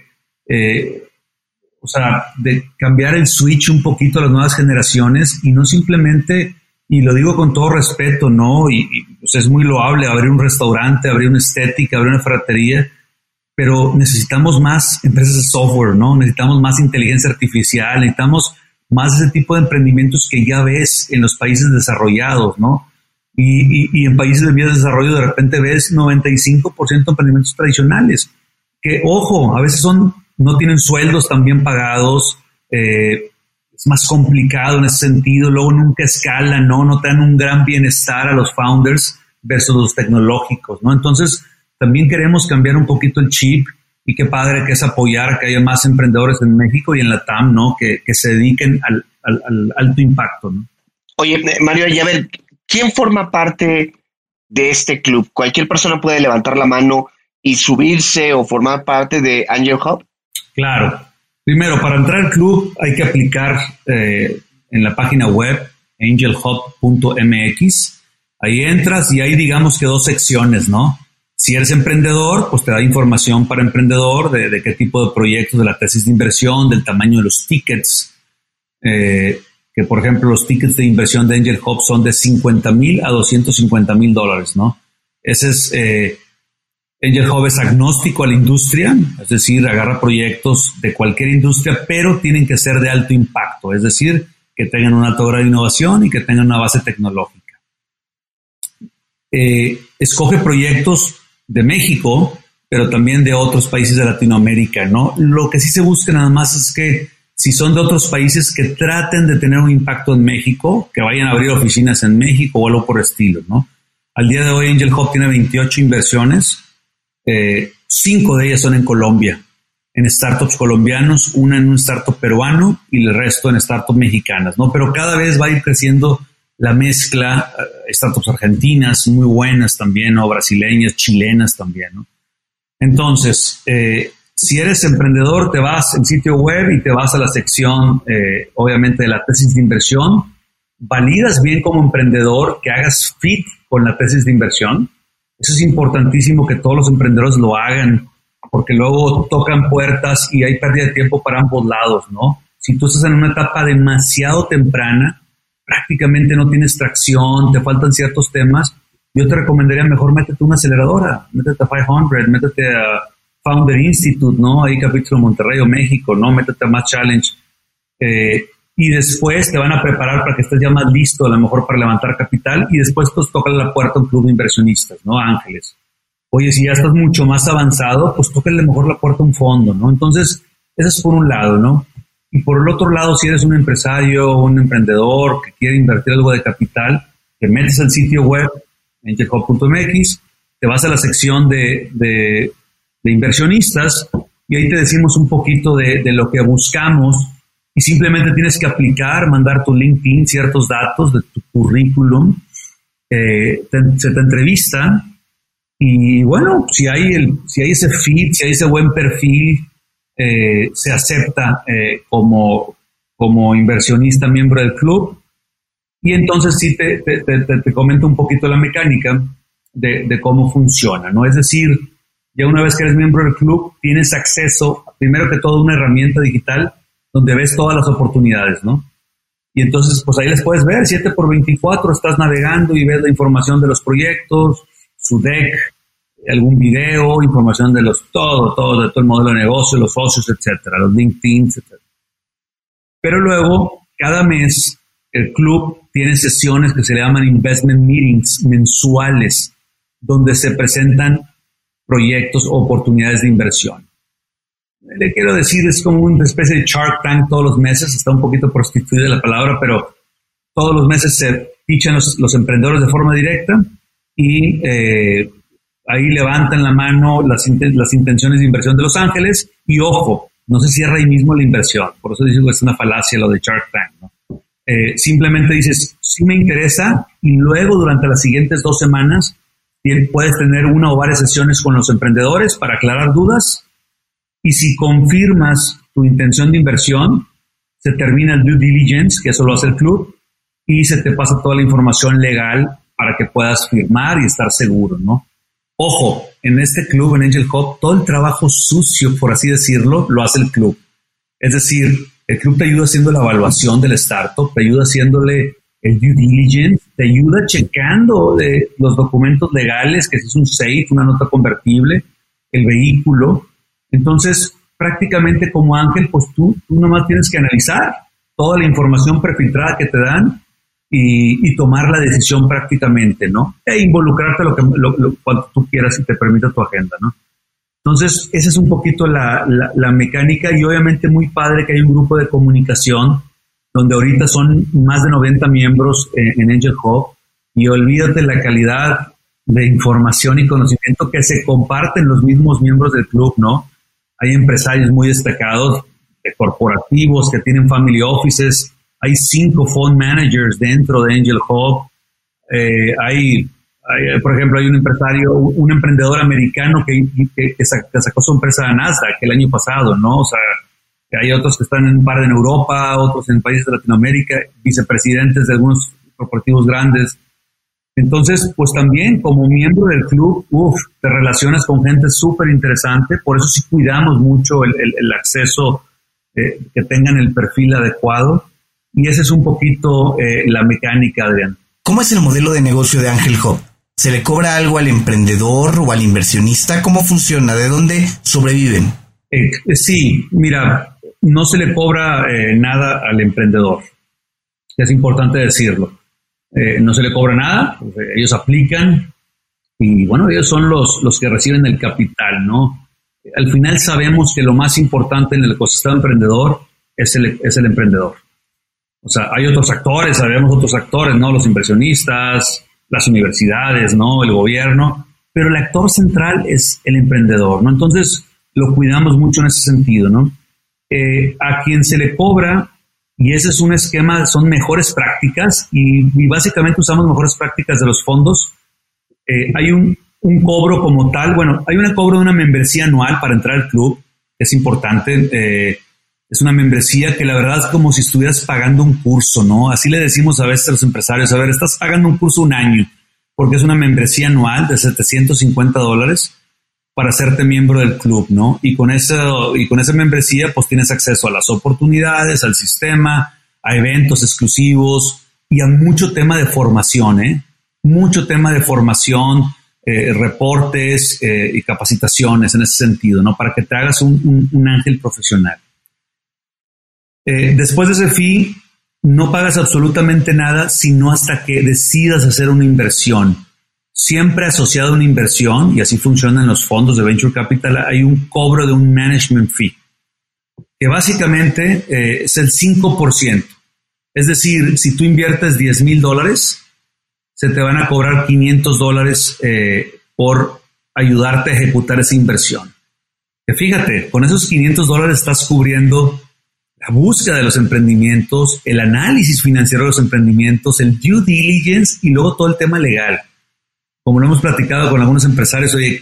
E: de cambiar el switch un poquito a las nuevas generaciones y no simplemente, y lo digo con todo respeto, ¿no? Y pues es muy loable abrir un restaurante, abrir una estética, abrir una ferretería, pero necesitamos más empresas de software, ¿no? Necesitamos más inteligencia artificial, necesitamos más ese tipo de emprendimientos que ya ves en los países desarrollados, ¿no? Y en países de vías de desarrollo de repente ves 95% de emprendimientos tradicionales, que, ojo, a veces no tienen sueldos tan bien pagados, es más complicado en ese sentido, luego nunca escalan, no te dan un gran bienestar a los founders versus los tecnológicos, ¿no? Entonces, también queremos cambiar un poquito el chip y qué padre que es apoyar que haya más emprendedores en México y en la TAM, ¿no? Que se dediquen al alto impacto, ¿no?
D: Oye, Mario, y a ver, ¿quién forma parte de este club? ¿Cualquier persona puede levantar la mano y subirse o formar parte de Angel Hub?
E: Claro. Primero, para entrar al club hay que aplicar en la página web angelhub.mx. Ahí entras y hay, digamos que 2 secciones, ¿no? Si eres emprendedor, pues te da información para emprendedor de qué tipo de proyectos, de la tesis de inversión, del tamaño de los tickets. Que por ejemplo los tickets de inversión de Angel Hub son de $50,000 a $250,000, ¿no? Ese es... Angel Hub es agnóstico a la industria, es decir, agarra proyectos de cualquier industria, pero tienen que ser de alto impacto, es decir, que tengan un alto grado de innovación y que tengan una base tecnológica. Escoge proyectos de México, pero también de otros países de Latinoamérica, ¿no? Lo que sí se busca nada más es que si son de otros países que traten de tener un impacto en México, que vayan a abrir oficinas en México o algo por estilo, ¿no? Al día de hoy Angel Hub tiene 28 inversiones. 5 de ellas son en Colombia, en startups colombianos, una en un startup peruano y el resto en startups mexicanas, ¿no? Pero cada vez va a ir creciendo la mezcla, startups argentinas muy buenas también, ¿no? Brasileñas, chilenas también, ¿no? Entonces, si eres emprendedor, te vas al sitio web y te vas a la sección, obviamente, de la tesis de inversión, validas bien como emprendedor, que hagas fit con la tesis de inversión. Eso es importantísimo que todos los emprendedores lo hagan, porque luego tocan puertas y hay pérdida de tiempo para ambos lados, ¿no? Si tú estás en una etapa demasiado temprana, prácticamente no tienes tracción, te faltan ciertos temas, yo te recomendaría mejor métete a una aceleradora, métete a 500, métete a Founder Institute, ¿no? Ahí capítulo Monterrey o México, ¿no? Métete a Más Challenge. Y después te van a preparar para que estés ya más listo, a lo mejor para levantar capital, y después pues tócale la puerta a un club de inversionistas, ¿no? Ángeles. Oye, si ya estás mucho más avanzado, pues tócale mejor la puerta a un fondo, ¿no? Entonces, eso es por un lado, ¿no? Y por el otro lado, si eres un empresario o un emprendedor que quiere invertir algo de capital, te metes al sitio web, angelhub.mx, te vas a la sección de inversionistas y ahí te decimos un poquito de lo que buscamos. Y simplemente tienes que aplicar, mandar tu LinkedIn, ciertos datos de tu currículum, se te entrevista y bueno, si hay ese fit, si hay ese buen perfil, se acepta como inversionista, miembro del club. Y entonces sí te comento un poquito la mecánica de cómo funciona, ¿no? Es decir, ya una vez que eres miembro del club, tienes acceso, primero que todo, a una herramienta digital donde ves todas las oportunidades, ¿no? Y entonces, pues ahí les puedes ver, 7x24, estás navegando y ves la información de los proyectos, su deck, algún video, información de todo el modelo de negocio, los socios, etcétera, los LinkedIn, etcétera. Pero luego, cada mes, el club tiene sesiones que se le llaman investment meetings mensuales, donde se presentan proyectos o oportunidades de inversión. Le quiero decir, es como una especie de Shark Tank todos los meses, está un poquito prostituida la palabra, pero todos los meses se fichan los emprendedores de forma directa y ahí levantan la mano las intenciones de inversión de Los Ángeles y ojo, no se cierra ahí mismo la inversión. Por eso digo que es una falacia lo de Shark Tank, ¿no? Simplemente dices, sí me interesa, y luego durante las siguientes 2 semanas puedes tener una o varias sesiones con los emprendedores para aclarar dudas, y si confirmas tu intención de inversión, se termina el due diligence, que eso lo hace el club, y se te pasa toda la información legal para que puedas firmar y estar seguro, ¿no? Ojo, en este club, en Angel Hub, todo el trabajo sucio, por así decirlo, lo hace el club. Es decir, el club te ayuda haciendo la evaluación del startup, te ayuda haciéndole el due diligence, te ayuda checando los documentos legales, que si es un SAFE, una nota convertible, el vehículo. Entonces, prácticamente como Ángel, pues tú nomás tienes que analizar toda la información prefiltrada que te dan y tomar la decisión prácticamente, ¿no? E involucrarte cuanto tú quieras y te permita tu agenda, ¿no? Entonces, esa es un poquito la mecánica, y obviamente muy padre que hay un grupo de comunicación donde ahorita son más de 90 miembros en Angel Hub, y olvídate la calidad de información y conocimiento que se comparten los mismos miembros del club, ¿no? Hay empresarios muy destacados, corporativos que tienen family offices, hay 5 fund managers dentro de Angel Hub, por ejemplo, hay un emprendedor americano que sacó su empresa a Nasdaq el año pasado, ¿no? O sea, hay otros que están en un par en Europa, otros en países de Latinoamérica, vicepresidentes de algunos corporativos grandes. Entonces, pues también como miembro del club, te relacionas con gente súper interesante. Por eso sí cuidamos mucho el acceso, que tengan el perfil adecuado. Y esa es un poquito la mecánica, Adrián.
A: ¿Cómo es el modelo de negocio de Angel Hub? ¿Se le cobra algo al emprendedor o al inversionista? ¿Cómo funciona? ¿De dónde sobreviven?
E: Sí, mira, no se le cobra nada al emprendedor. Es importante decirlo. No se le cobra nada, ellos aplican y bueno, ellos son los que reciben el capital, ¿no? Al final sabemos que lo más importante en el ecosistema emprendedor es el emprendedor. O sea, hay otros actores, sabemos otros actores, ¿no? Los inversionistas, las universidades, ¿no? El gobierno, pero el actor central es el emprendedor, ¿no? Entonces, lo cuidamos mucho en ese sentido, ¿no? A quien se le cobra, y ese es un esquema, son mejores prácticas, y básicamente usamos mejores prácticas de los fondos. Hay un cobro como tal, bueno, hay un cobro de una membresía anual para entrar al club, es importante. Es una membresía que la verdad es como si estuvieras pagando un curso, ¿no? Así le decimos a veces a los empresarios, a ver, estás pagando un curso un año, porque es una membresía anual de $750 para hacerte miembro del club, ¿no? Y con esa membresía, pues tienes acceso a las oportunidades, al sistema, a eventos exclusivos y a mucho tema de formación, mucho tema de formación, reportes y capacitaciones en ese sentido, ¿no? Para que te hagas un ángel profesional. Después de ese fee, no pagas absolutamente nada, sino hasta que decidas hacer una inversión. Siempre asociado a una inversión, y así funcionan los fondos de Venture Capital, hay un cobro de un management fee, que básicamente es el 5%. Es decir, si tú inviertes $10,000, se te van a cobrar $500 por ayudarte a ejecutar esa inversión. Que fíjate, con esos $500 estás cubriendo la búsqueda de los emprendimientos, el análisis financiero de los emprendimientos, el due diligence y luego todo el tema legal. Como lo hemos platicado con algunos empresarios, oye,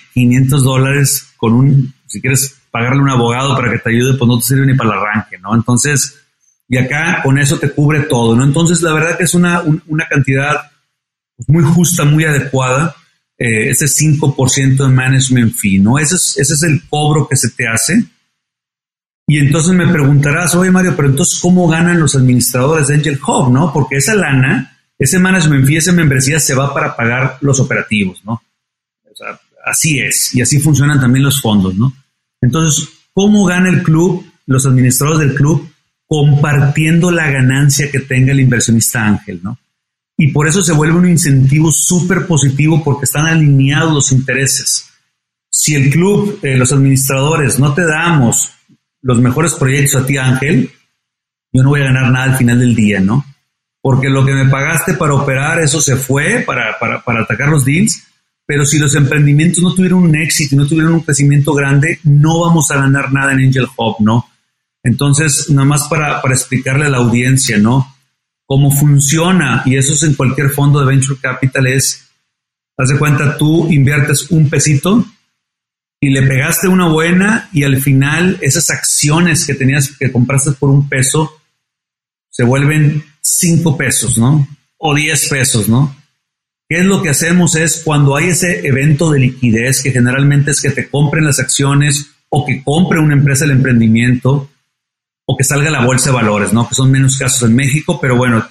E: $500 si quieres pagarle a un abogado para que te ayude, pues no te sirve ni para el arranque, ¿no? Entonces, y acá con eso te cubre todo, ¿no? Entonces, la verdad que es una cantidad muy justa, muy adecuada, ese 5% de management fee, ¿no? Ese es el cobro que se te hace. Y entonces me preguntarás, oye Mario, pero entonces ¿cómo ganan los administradores de Angel Hub, no? Porque esa lana, ese management fee, esa membresía se va para pagar los operativos, ¿no? O sea, así es, y así funcionan también los fondos, ¿no? Entonces, ¿cómo gana el club, los administradores del club? Compartiendo la ganancia que tenga el inversionista ángel, ¿no? Y por eso se vuelve un incentivo súper positivo porque están alineados los intereses. Si el club, los administradores, no te damos los mejores proyectos a ti, Ángel, yo no voy a ganar nada al final del día, ¿no? Porque lo que me pagaste para operar, eso se fue para atacar los deals, pero si los emprendimientos no tuvieron un éxito y no tuvieron un crecimiento grande, no vamos a ganar nada en Angel Hub, ¿no? Entonces, nada más para explicarle a la audiencia, ¿no? Cómo funciona, y eso es en cualquier fondo de Venture Capital, haz de cuenta, tú inviertes un pesito y le pegaste una buena y al final esas acciones que compraste por $1 se vuelven $5, ¿no? O $10, ¿no? ¿Qué es lo que hacemos? Es cuando hay ese evento de liquidez, que generalmente es que te compren las acciones o que compre una empresa el emprendimiento o que salga a la bolsa de valores, ¿no? Que son menos casos en México, pero bueno,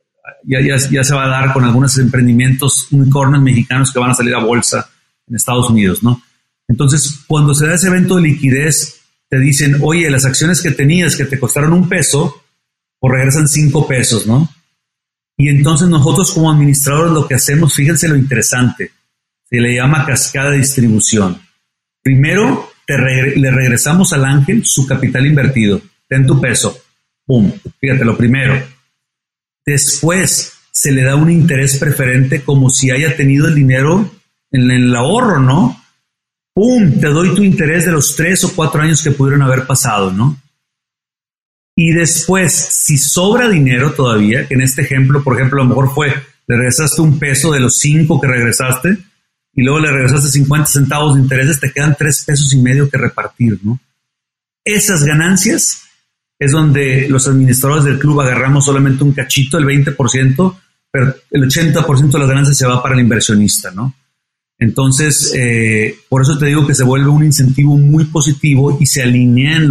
E: ya se va a dar con algunos emprendimientos unicornios mexicanos que van a salir a bolsa en Estados Unidos, ¿no? Entonces, cuando se da ese evento de liquidez, te dicen, oye, las acciones que tenías que te costaron $1, pues regresan $5, ¿no? Y entonces nosotros como administradores lo que hacemos, fíjense lo interesante, se le llama cascada de distribución. Primero, le regresamos al ángel su capital invertido. Ten tu peso. ¡Pum! Fíjate, lo primero. Después se le da un interés preferente como si haya tenido el dinero en el ahorro, ¿no? ¡Pum! Te doy tu interés de los 3 o 4 años que pudieron haber pasado, ¿no? Y después, si sobra dinero todavía, que en este ejemplo, por ejemplo, a lo mejor le regresaste $1 de los 5 que regresaste y luego le regresaste 50 centavos de intereses, te quedan $3.50 que repartir, ¿no? Esas ganancias es donde los administradores del club agarramos solamente un cachito, el 20%, pero el 80% de las ganancias se va para el inversionista, ¿no? Entonces, por eso te digo que se vuelve un incentivo muy positivo y se alinean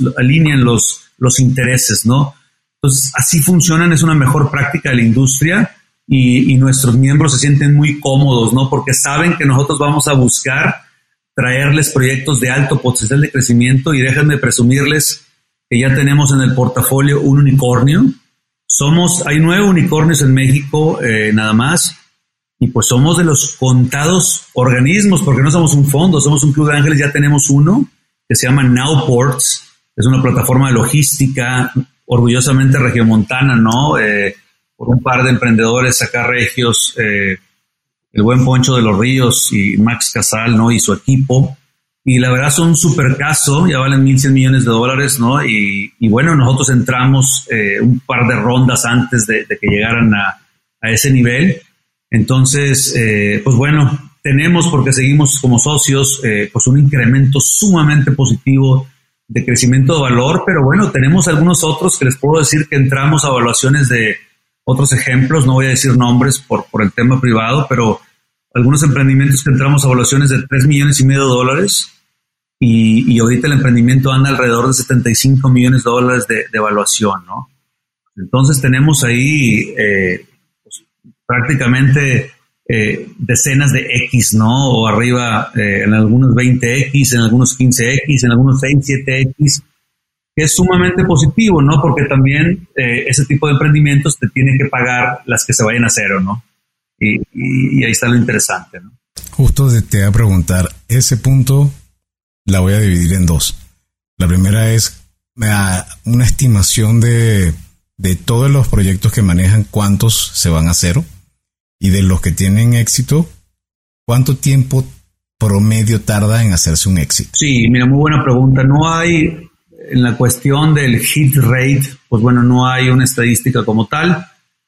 E: los intereses, ¿no? Entonces, así funcionan, es una mejor práctica de la industria y nuestros miembros se sienten muy cómodos, ¿no? Porque saben que nosotros vamos a buscar traerles proyectos de alto potencial de crecimiento y déjenme presumirles que ya tenemos en el portafolio un unicornio. Hay 9 unicornios en México nada más y pues somos de los contados organismos porque no somos un fondo, somos un club de ángeles, ya tenemos uno que se llama Nowports. Es una plataforma de logística, orgullosamente regiomontana, ¿no? Por un par de emprendedores acá regios, el buen Poncho de los Ríos y Max Casal, ¿no? Y su equipo. Y la verdad son un super caso, ya valen $1,100 millones, ¿no? Y bueno, nosotros entramos un par de rondas antes de que llegaran a ese nivel. Entonces, pues bueno, tenemos, porque seguimos como socios, pues un incremento sumamente positivo de crecimiento de valor, pero bueno, tenemos algunos otros que les puedo decir que entramos a evaluaciones de otros ejemplos, no voy a decir nombres por el tema privado, pero algunos emprendimientos que entramos a evaluaciones de $3.5 millones y ahorita el emprendimiento anda alrededor de $75 millones de evaluación, ¿no? Entonces tenemos ahí pues, prácticamente decenas de X, ¿no? O arriba en algunos 20X, en algunos 15X, en algunos 6, 7X, que es sumamente positivo, ¿no? Porque también ese tipo de emprendimientos te tiene que pagar las que se vayan a cero, ¿no? Y ahí está lo interesante, ¿no?
B: Justo te voy a preguntar, ese punto la voy a dividir en dos. La primera es una estimación de todos los proyectos que manejan, cuántos se van a cero. Y de los que tienen éxito, ¿cuánto tiempo promedio tarda en hacerse un éxito?
E: Sí, mira, muy buena pregunta. No hay, en la cuestión del hit rate, pues bueno, no hay una estadística como tal.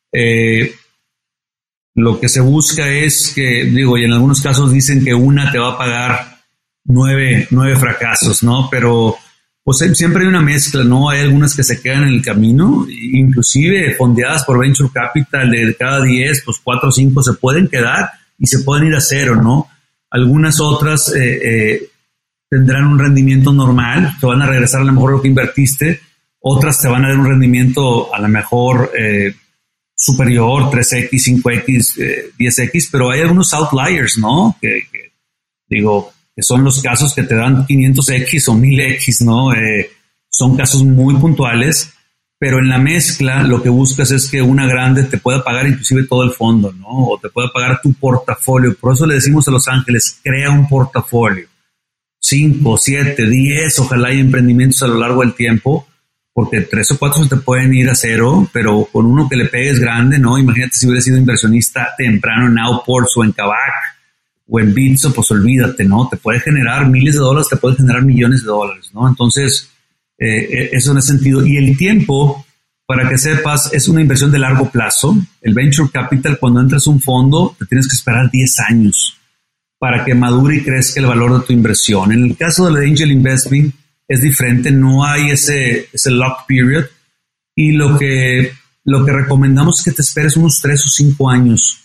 E: Lo que se busca es que, digo, y en algunos casos dicen que una te va a pagar 9 fracasos, ¿no? Pero pues siempre hay una mezcla, ¿no? Hay algunas que se quedan en el camino, inclusive fondeadas por Venture Capital, de cada 10, pues 4 o 5 se pueden quedar y se pueden ir a cero, ¿no? Algunas otras tendrán un rendimiento normal, te van a regresar a lo mejor lo que invertiste, otras te van a dar un rendimiento a lo mejor superior, 3X, 5X, 10X, pero hay algunos outliers, ¿no? Que son los casos que te dan 500X o 1000X, ¿no? Son casos muy puntuales, pero en la mezcla lo que buscas es que una grande te pueda pagar inclusive todo el fondo, ¿no? O te pueda pagar tu portafolio. Por eso le decimos a Los Ángeles, crea un portafolio. 5, 7, 10, ojalá hay emprendimientos a lo largo del tiempo, porque 3 o 4 se te pueden ir a cero, pero con uno que le pegues grande, ¿no? Imagínate si hubieras sido inversionista temprano en Nowports o en Kavak, o en Bitso, pues olvídate, ¿no? Te puede generar miles de dólares, te puede generar millones de dólares, ¿no? Entonces, Eso en ese sentido. Y el tiempo, para que sepas, es una inversión de largo plazo. El Venture Capital, cuando entras a un fondo, te tienes que esperar 10 años para que madure y crezca el valor de tu inversión. En el caso del Angel Investing es diferente, no hay ese lock period, y lo que recomendamos es que te esperes unos 3 o 5 años.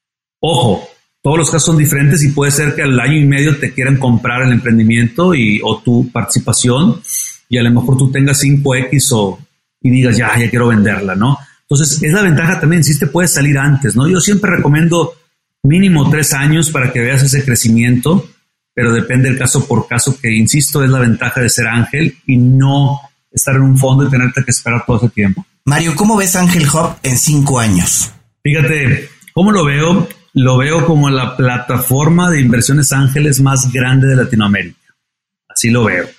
E: Ojo, todos los casos son diferentes y puede ser que al año y medio te quieran comprar el emprendimiento o tu participación, y a lo mejor tú tengas 5X y digas ya quiero venderla, ¿no? Entonces es la ventaja también, si te puedes salir antes, ¿no? Yo siempre recomiendo mínimo 3 años para que veas ese crecimiento, pero depende del caso por caso, que insisto, es la ventaja de ser ángel y no estar en un fondo y tenerte que esperar todo ese tiempo.
A: Mario, ¿cómo ves Angel Hub en 5 años?
E: Fíjate, ¿cómo lo veo? Lo veo como la plataforma de inversiones ángeles más grande de Latinoamérica. Así lo veo.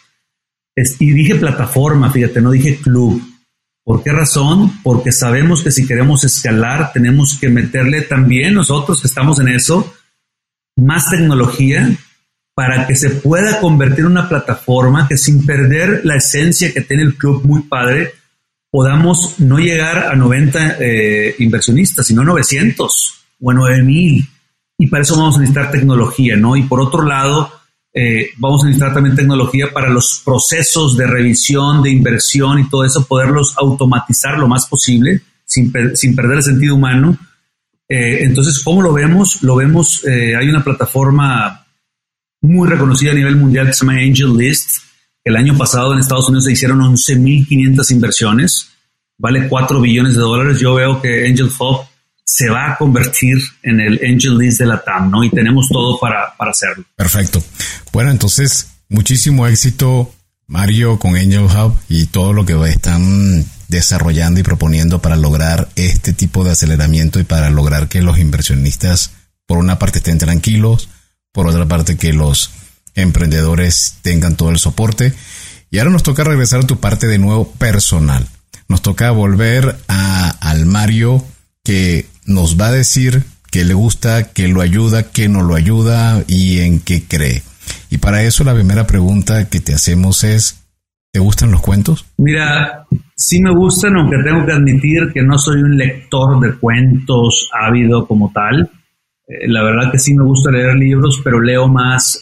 E: Y dije plataforma, fíjate, no dije club. ¿Por qué razón? Porque sabemos que si queremos escalar, tenemos que meterle también nosotros que estamos en eso, más tecnología para que se pueda convertir en una plataforma que, sin perder la esencia que tiene el club muy padre, podamos no llegar a 90 inversionistas, sino 900 o a 9,000. Y para eso vamos a necesitar tecnología, ¿no? Y por otro lado, vamos a necesitar también tecnología para los procesos de revisión, de inversión y todo eso, poderlos automatizar lo más posible sin perder el sentido humano. Entonces, ¿cómo lo vemos? Lo vemos, hay una plataforma muy reconocida a nivel mundial que se llama AngelList. El año pasado en Estados Unidos se hicieron 11,500 inversiones, vale $4 billones. Yo veo que Angel Hub se va a convertir en el AngelList de la TAM, ¿no? Y tenemos todo para hacerlo.
B: Perfecto. Bueno, entonces, muchísimo éxito, Mario, con Angel Hub y todo lo que están desarrollando y proponiendo para lograr este tipo de aceleramiento y para lograr que los inversionistas, por una parte, estén tranquilos, por otra parte, que los emprendedores tengan todo el soporte. Y ahora nos toca regresar a tu parte de nuevo personal. Nos toca volver al Mario que nos va a decir qué le gusta, qué lo ayuda, qué no lo ayuda y en qué cree. Y para eso la primera pregunta que te hacemos es, ¿te gustan los cuentos?
E: Mira, sí me gustan, aunque tengo que admitir que no soy un lector de cuentos ávido como tal. La verdad que sí me gusta leer libros, pero leo más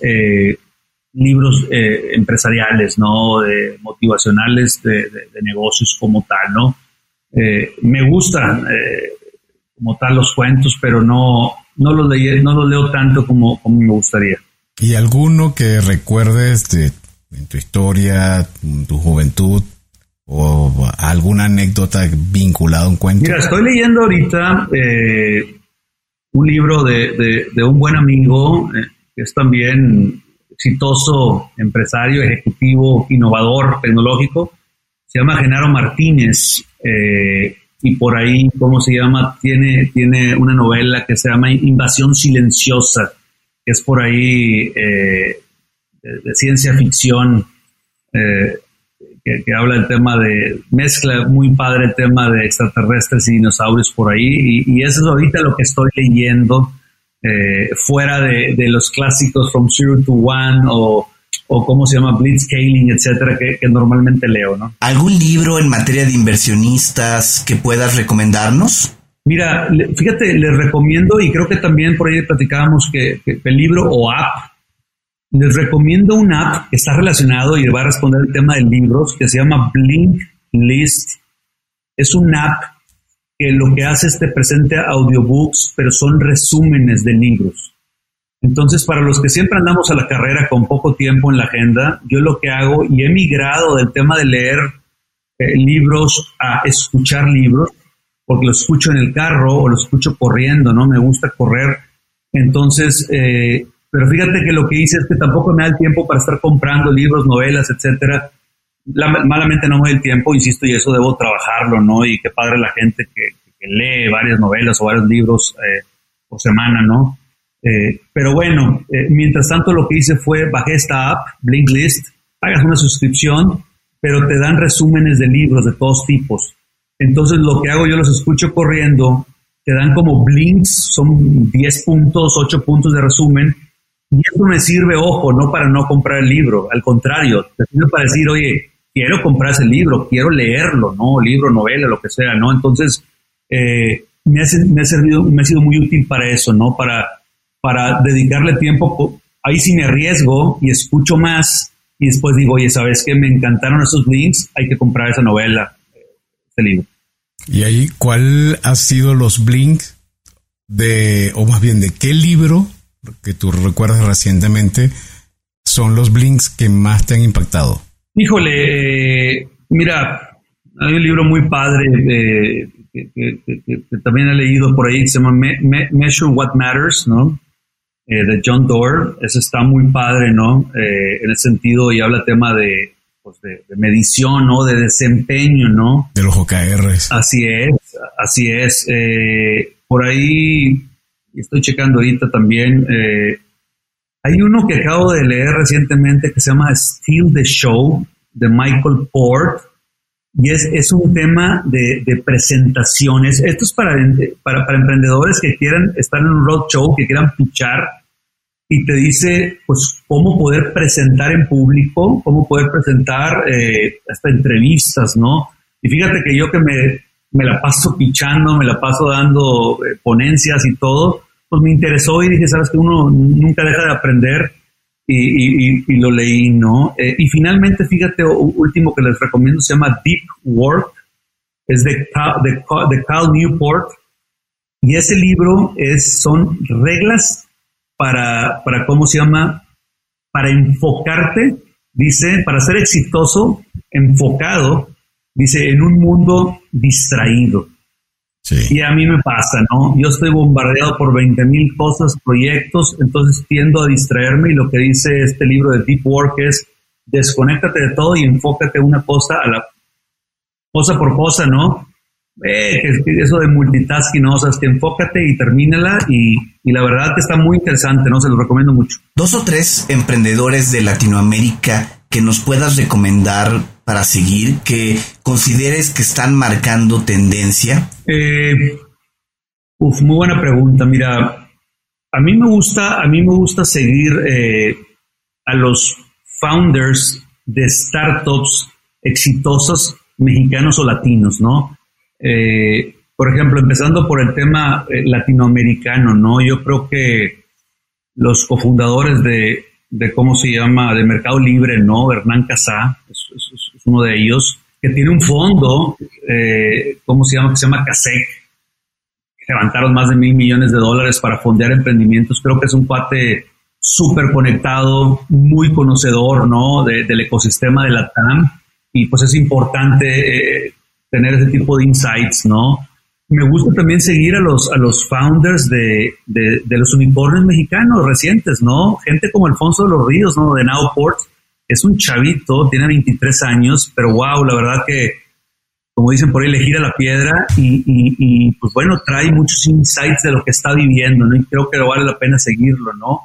E: libros empresariales, ¿no? Motivacionales de negocios como tal, ¿no? Me gustan como tal los cuentos, pero no los leo tanto como me gustaría.
B: ¿Y alguno que recuerdes en tu historia, en tu juventud, o alguna anécdota vinculada a un cuento?
E: Mira, estoy leyendo ahorita un libro de un buen amigo, que es también exitoso empresario, ejecutivo, innovador, tecnológico. Se llama Genaro Martínez. Y por ahí, ¿cómo se llama? Tiene una novela que se llama Invasión Silenciosa, que es por ahí de ciencia ficción, que habla del tema mezcla muy padre el tema de extraterrestres y dinosaurios por ahí, y eso es ahorita lo que estoy leyendo, fuera de los clásicos From Zero to One o cómo se llama, Blitzscaling, etcétera, que normalmente leo, ¿no?
A: ¿Algún libro en materia de inversionistas que puedas recomendarnos?
E: Mira, fíjate, les recomiendo, y creo que también por ahí platicábamos que el libro o app, les recomiendo una app que está relacionado y va a responder el tema de libros, que se llama Blinkist. Es una app que lo que hace es te presenta audiobooks, pero son resúmenes de libros. Entonces, para los que siempre andamos a la carrera con poco tiempo en la agenda, yo lo que hago, y he migrado del tema de leer libros a escuchar libros, porque los escucho en el carro o los escucho corriendo, ¿no? Me gusta correr. Entonces, pero fíjate que lo que hice es que tampoco me da el tiempo para estar comprando libros, novelas, etcétera. Malamente no me da el tiempo, insisto, y eso debo trabajarlo, ¿no? Y qué padre la gente que lee varias novelas o varios libros por semana, ¿no? Pero bueno, mientras tanto lo que hice fue bajé esta app, Blinkist, pagas una suscripción, pero te dan resúmenes de libros de todos tipos. Entonces lo que hago, yo los escucho corriendo, te dan como blinks, son 10 puntos, 8 puntos de resumen, y eso me sirve, ojo, no para no comprar el libro, al contrario, te sirve para decir, oye, quiero comprar ese libro, quiero leerlo, ¿no? Libro, novela, lo que sea, ¿no? Entonces, me ha sido muy útil para eso, ¿no? Para dedicarle tiempo. Ahí sí me arriesgo y escucho más y después digo, oye, ¿sabes qué? Me encantaron esos links, hay que comprar esa novela, ese libro.
B: Y ahí, ¿cuál ha sido los blinks o más bien de qué libro que tú recuerdas recientemente son los blinks que más te han impactado? Híjole,
E: mira, hay un libro muy padre que también he leído por ahí, que se llama Measure What Matters, ¿no? De John Doerr. Ese está muy padre, ¿no? En el sentido, y habla tema de medición, ¿no? De desempeño, ¿no?
B: De los OKRs.
E: Así es. Por ahí, estoy checando ahorita también, hay uno que acabo de leer recientemente que se llama Steal the Show, de Michael Port, y es un tema de presentaciones. Esto es para emprendedores que quieran estar en un roadshow, que quieran pitchar, y te dice, pues, cómo poder presentar en público, cómo poder presentar hasta entrevistas, ¿no? Y fíjate que yo que me la paso pitchando, me la paso dando ponencias y todo, pues me interesó y dije, sabes que uno nunca deja de aprender, y lo leí, ¿no? Y finalmente, fíjate, último que les recomiendo se llama Deep Work, es de Cal Newport, y ese libro son reglas para ¿cómo se llama? Para enfocarte, dice, para ser exitoso, enfocado, dice, en un mundo distraído. Sí. Y a mí me pasa, ¿no? Yo estoy bombardeado por 20,000 cosas, proyectos, entonces tiendo a distraerme, y lo que dice este libro de Deep Work es desconéctate de todo y enfócate una cosa cosa por cosa, ¿no? Eso de multitasking, ¿no? O sea, enfócate y termínala, y la verdad que está muy interesante, ¿no? Se lo recomiendo mucho.
A: 2 o 3 emprendedores de Latinoamérica que nos puedas recomendar para seguir, que consideres que están marcando tendencia.
E: Muy buena pregunta. Mira, a mí me gusta seguir a los founders de startups exitosos mexicanos o latinos, ¿no? Por ejemplo, empezando por el tema latinoamericano, ¿no? Yo creo que los cofundadores de ¿cómo se llama? De Mercado Libre, ¿no? Hernán Casá es uno de ellos, que tiene un fondo, ¿cómo se llama? Que se llama CASEC. Levantaron más de $1,000 millones para fondear emprendimientos. Creo que es un cuate súper conectado, muy conocedor, ¿no? Del ecosistema de la TAM, y pues es importante tener ese tipo de insights, ¿no? Me gusta también seguir a los founders de los unicornios mexicanos recientes, ¿no? Gente como Alfonso de los Ríos, ¿no? De Nowport. Es un chavito, tiene 23 años, pero wow, la verdad que, como dicen por ahí, le gira la piedra, y pues bueno, trae muchos insights de lo que está viviendo, ¿no? Y creo que vale la pena seguirlo, ¿no?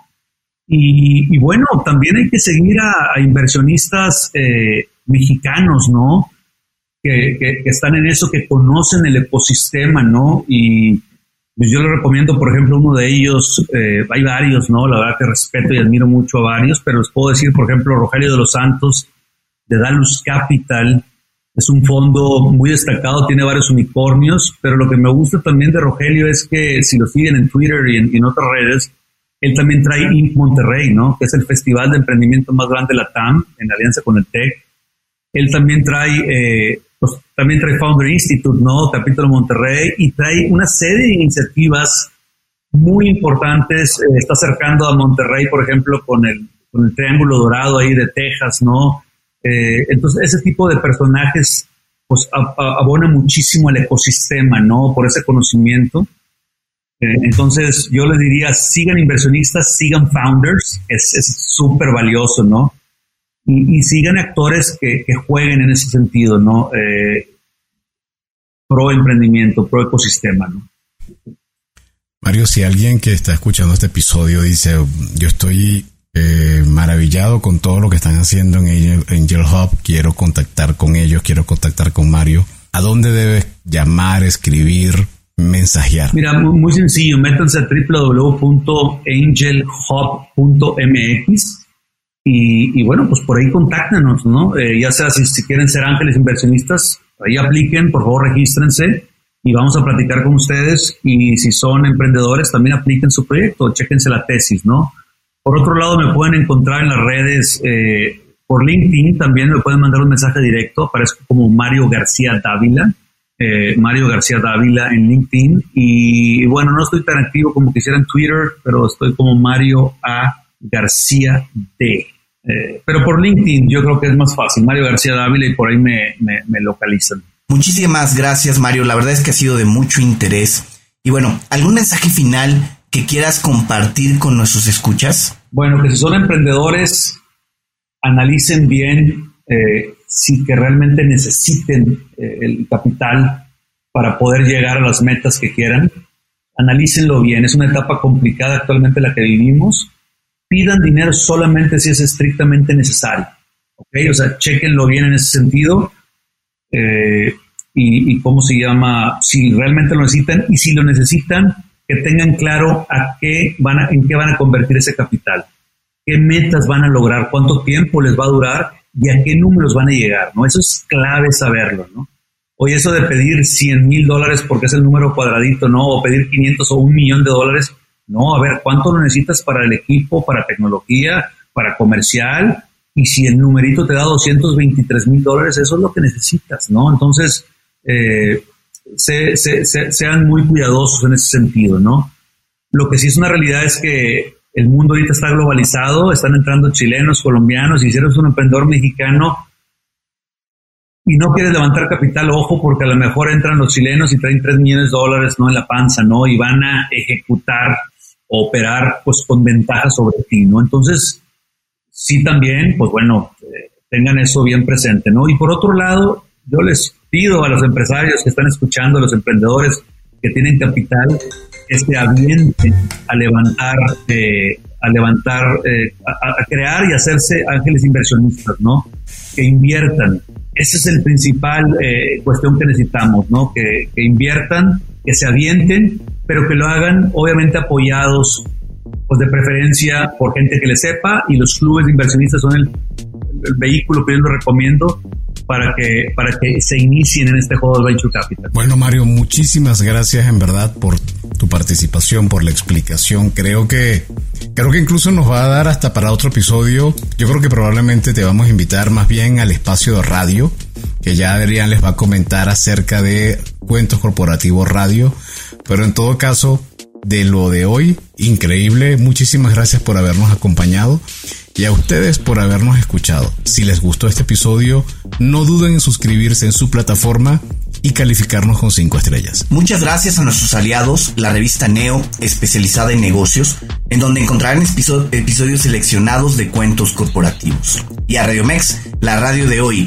E: Y bueno, también hay que seguir a inversionistas mexicanos, ¿no? Que están en eso, que conocen el ecosistema, ¿no? Y pues yo les recomiendo, por ejemplo, uno de ellos, hay varios, ¿no? La verdad que respeto y admiro mucho a varios, pero les puedo decir, por ejemplo, Rogelio de los Santos, de Dalus Capital. Es un fondo muy destacado, tiene varios unicornios, pero lo que me gusta también de Rogelio es que, si lo siguen en Twitter y en otras redes, él también trae Inc. Monterrey, ¿no? Que es el festival de emprendimiento más grande de la TAM, en alianza con el TEC. Él también trae Founder Institute, ¿no? Capítulo Monterrey, y trae una serie de iniciativas muy importantes. Está acercando a Monterrey, por ejemplo, con el Triángulo Dorado ahí de Texas, ¿no? Entonces, ese tipo de personajes, pues, abona muchísimo al ecosistema, ¿no? Por ese conocimiento. Entonces, yo les diría, sigan inversionistas, sigan founders, es súper valioso, ¿no? Y sigan actores que jueguen en ese sentido, ¿no? Pro emprendimiento, pro ecosistema, ¿no?
B: Mario, si alguien que está escuchando este episodio dice, yo estoy maravillado con todo lo que están haciendo en Angel Hub, quiero contactar con ellos, quiero contactar con Mario, ¿a dónde debes llamar, escribir, mensajear?
E: Mira, muy sencillo, métanse a www.angelhub.mx. Y bueno, pues por ahí contáctenos, ¿no? Ya sea si quieren ser ángeles inversionistas, ahí apliquen, por favor regístrense y vamos a platicar con ustedes. Y si son emprendedores, también apliquen su proyecto, chéquense la tesis, ¿no? Por otro lado, me pueden encontrar en las redes, por LinkedIn también me pueden mandar un mensaje directo, aparezco como Mario García Dávila. Mario García Dávila en LinkedIn, y bueno, no estoy tan activo como quisiera en Twitter, pero estoy como Mario A. García D. Pero por LinkedIn yo creo que es más fácil, Mario García Dávila, y por ahí me localizan.
A: Muchísimas gracias, Mario, la verdad es que ha sido de mucho interés. Y bueno, ¿algún mensaje final que quieras compartir con nuestros escuchas?
E: Bueno, que si son emprendedores, analicen bien si que realmente necesiten el capital para poder llegar a las metas que quieran. Analícenlo bien, es una etapa complicada actualmente la que vivimos. Pidan dinero solamente si es estrictamente necesario, ¿ok? O sea, chéquenlo bien en ese sentido, y cómo se llama, si realmente lo necesitan, y si lo necesitan, que tengan claro en qué van a convertir ese capital, qué metas van a lograr, cuánto tiempo les va a durar y a qué números van a llegar, ¿no? Eso es clave saberlo, ¿no? Oye, eso de pedir $100,000 porque es el número cuadradito, ¿no? O pedir 500 o $1,000,000, no, a ver, ¿cuánto lo necesitas para el equipo, para tecnología, para comercial? Y si el numerito te da $223,000, eso es lo que necesitas, ¿no? Entonces, sean muy cuidadosos en ese sentido, ¿no? Lo que sí es una realidad es que el mundo ahorita está globalizado, están entrando chilenos, colombianos, y si eres un emprendedor mexicano y no quieres levantar capital, ojo, porque a lo mejor entran los chilenos y traen $3 millones, ¿no? En la panza, ¿no? Y van a ejecutar o operar, pues, con ventaja sobre ti, ¿no? Entonces, sí también, pues bueno, tengan eso bien presente, ¿no? Y por otro lado, yo les pido a los empresarios que están escuchando, a los emprendedores que tienen capital, que se avienten a a crear y hacerse ángeles inversionistas, ¿no? Que inviertan. Esa es el principal cuestión que necesitamos, ¿no? Que inviertan, que se avienten, pero que lo hagan obviamente apoyados, pues de preferencia por gente que le sepa, y los clubes de inversionistas son el vehículo que yo les recomiendo para que se inicien en este juego del Venture Capital.
B: Bueno, Mario, muchísimas gracias en verdad por tu participación, por la explicación. Creo que incluso nos va a dar hasta para otro episodio. Yo creo que probablemente te vamos a invitar más bien al espacio de radio, que ya Adrián les va a comentar acerca de Cuentos Corporativos Radio. Pero en todo caso, de lo de hoy, increíble. Muchísimas gracias por habernos acompañado y a ustedes por habernos escuchado. Si les gustó este episodio, no duden en suscribirse en su plataforma y calificarnos con 5 estrellas.
A: Muchas gracias a nuestros aliados, la revista Neo, especializada en negocios, en donde encontrarán episodios seleccionados de cuentos corporativos. Y a Radiomex, la radio de hoy,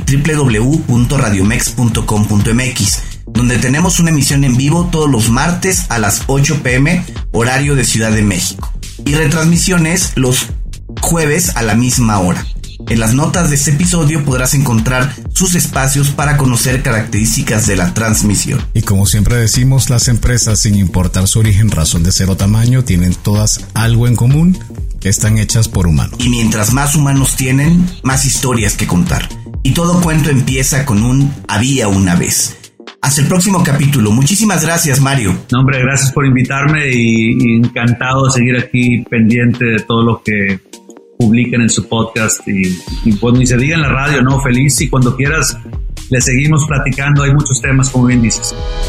A: www.radiomex.com.mx, donde tenemos una emisión en vivo todos los martes a las 8 p.m. horario de Ciudad de México, y retransmisiones los jueves a la misma hora. En las notas de este episodio podrás encontrar sus espacios para conocer características de la transmisión.
B: Y como siempre decimos, las empresas, sin importar su origen, razón de ser o tamaño, tienen todas algo en común, que están hechas por humanos.
A: Y mientras más humanos tienen, más historias que contar. Y todo cuento empieza con un había una vez. Hasta el próximo capítulo. Muchísimas gracias, Mario.
E: No, hombre, gracias por invitarme y encantado de seguir aquí pendiente de todo lo que publiquen en su podcast y pues ni se diga en la radio, ¿no? Feliz, y cuando quieras le seguimos platicando. Hay muchos temas, como bien dices.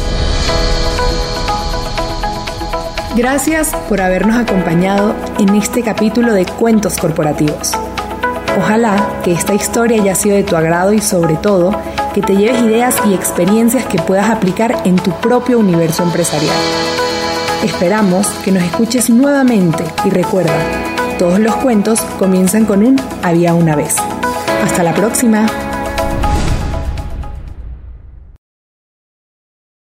C: Gracias por habernos acompañado en este capítulo de Cuentos Corporativos. Ojalá que esta historia haya sido de tu agrado y sobre todo que te lleves ideas y experiencias que puedas aplicar en tu propio universo empresarial. Esperamos que nos escuches nuevamente y recuerda, todos los cuentos comienzan con un había una vez. Hasta la próxima.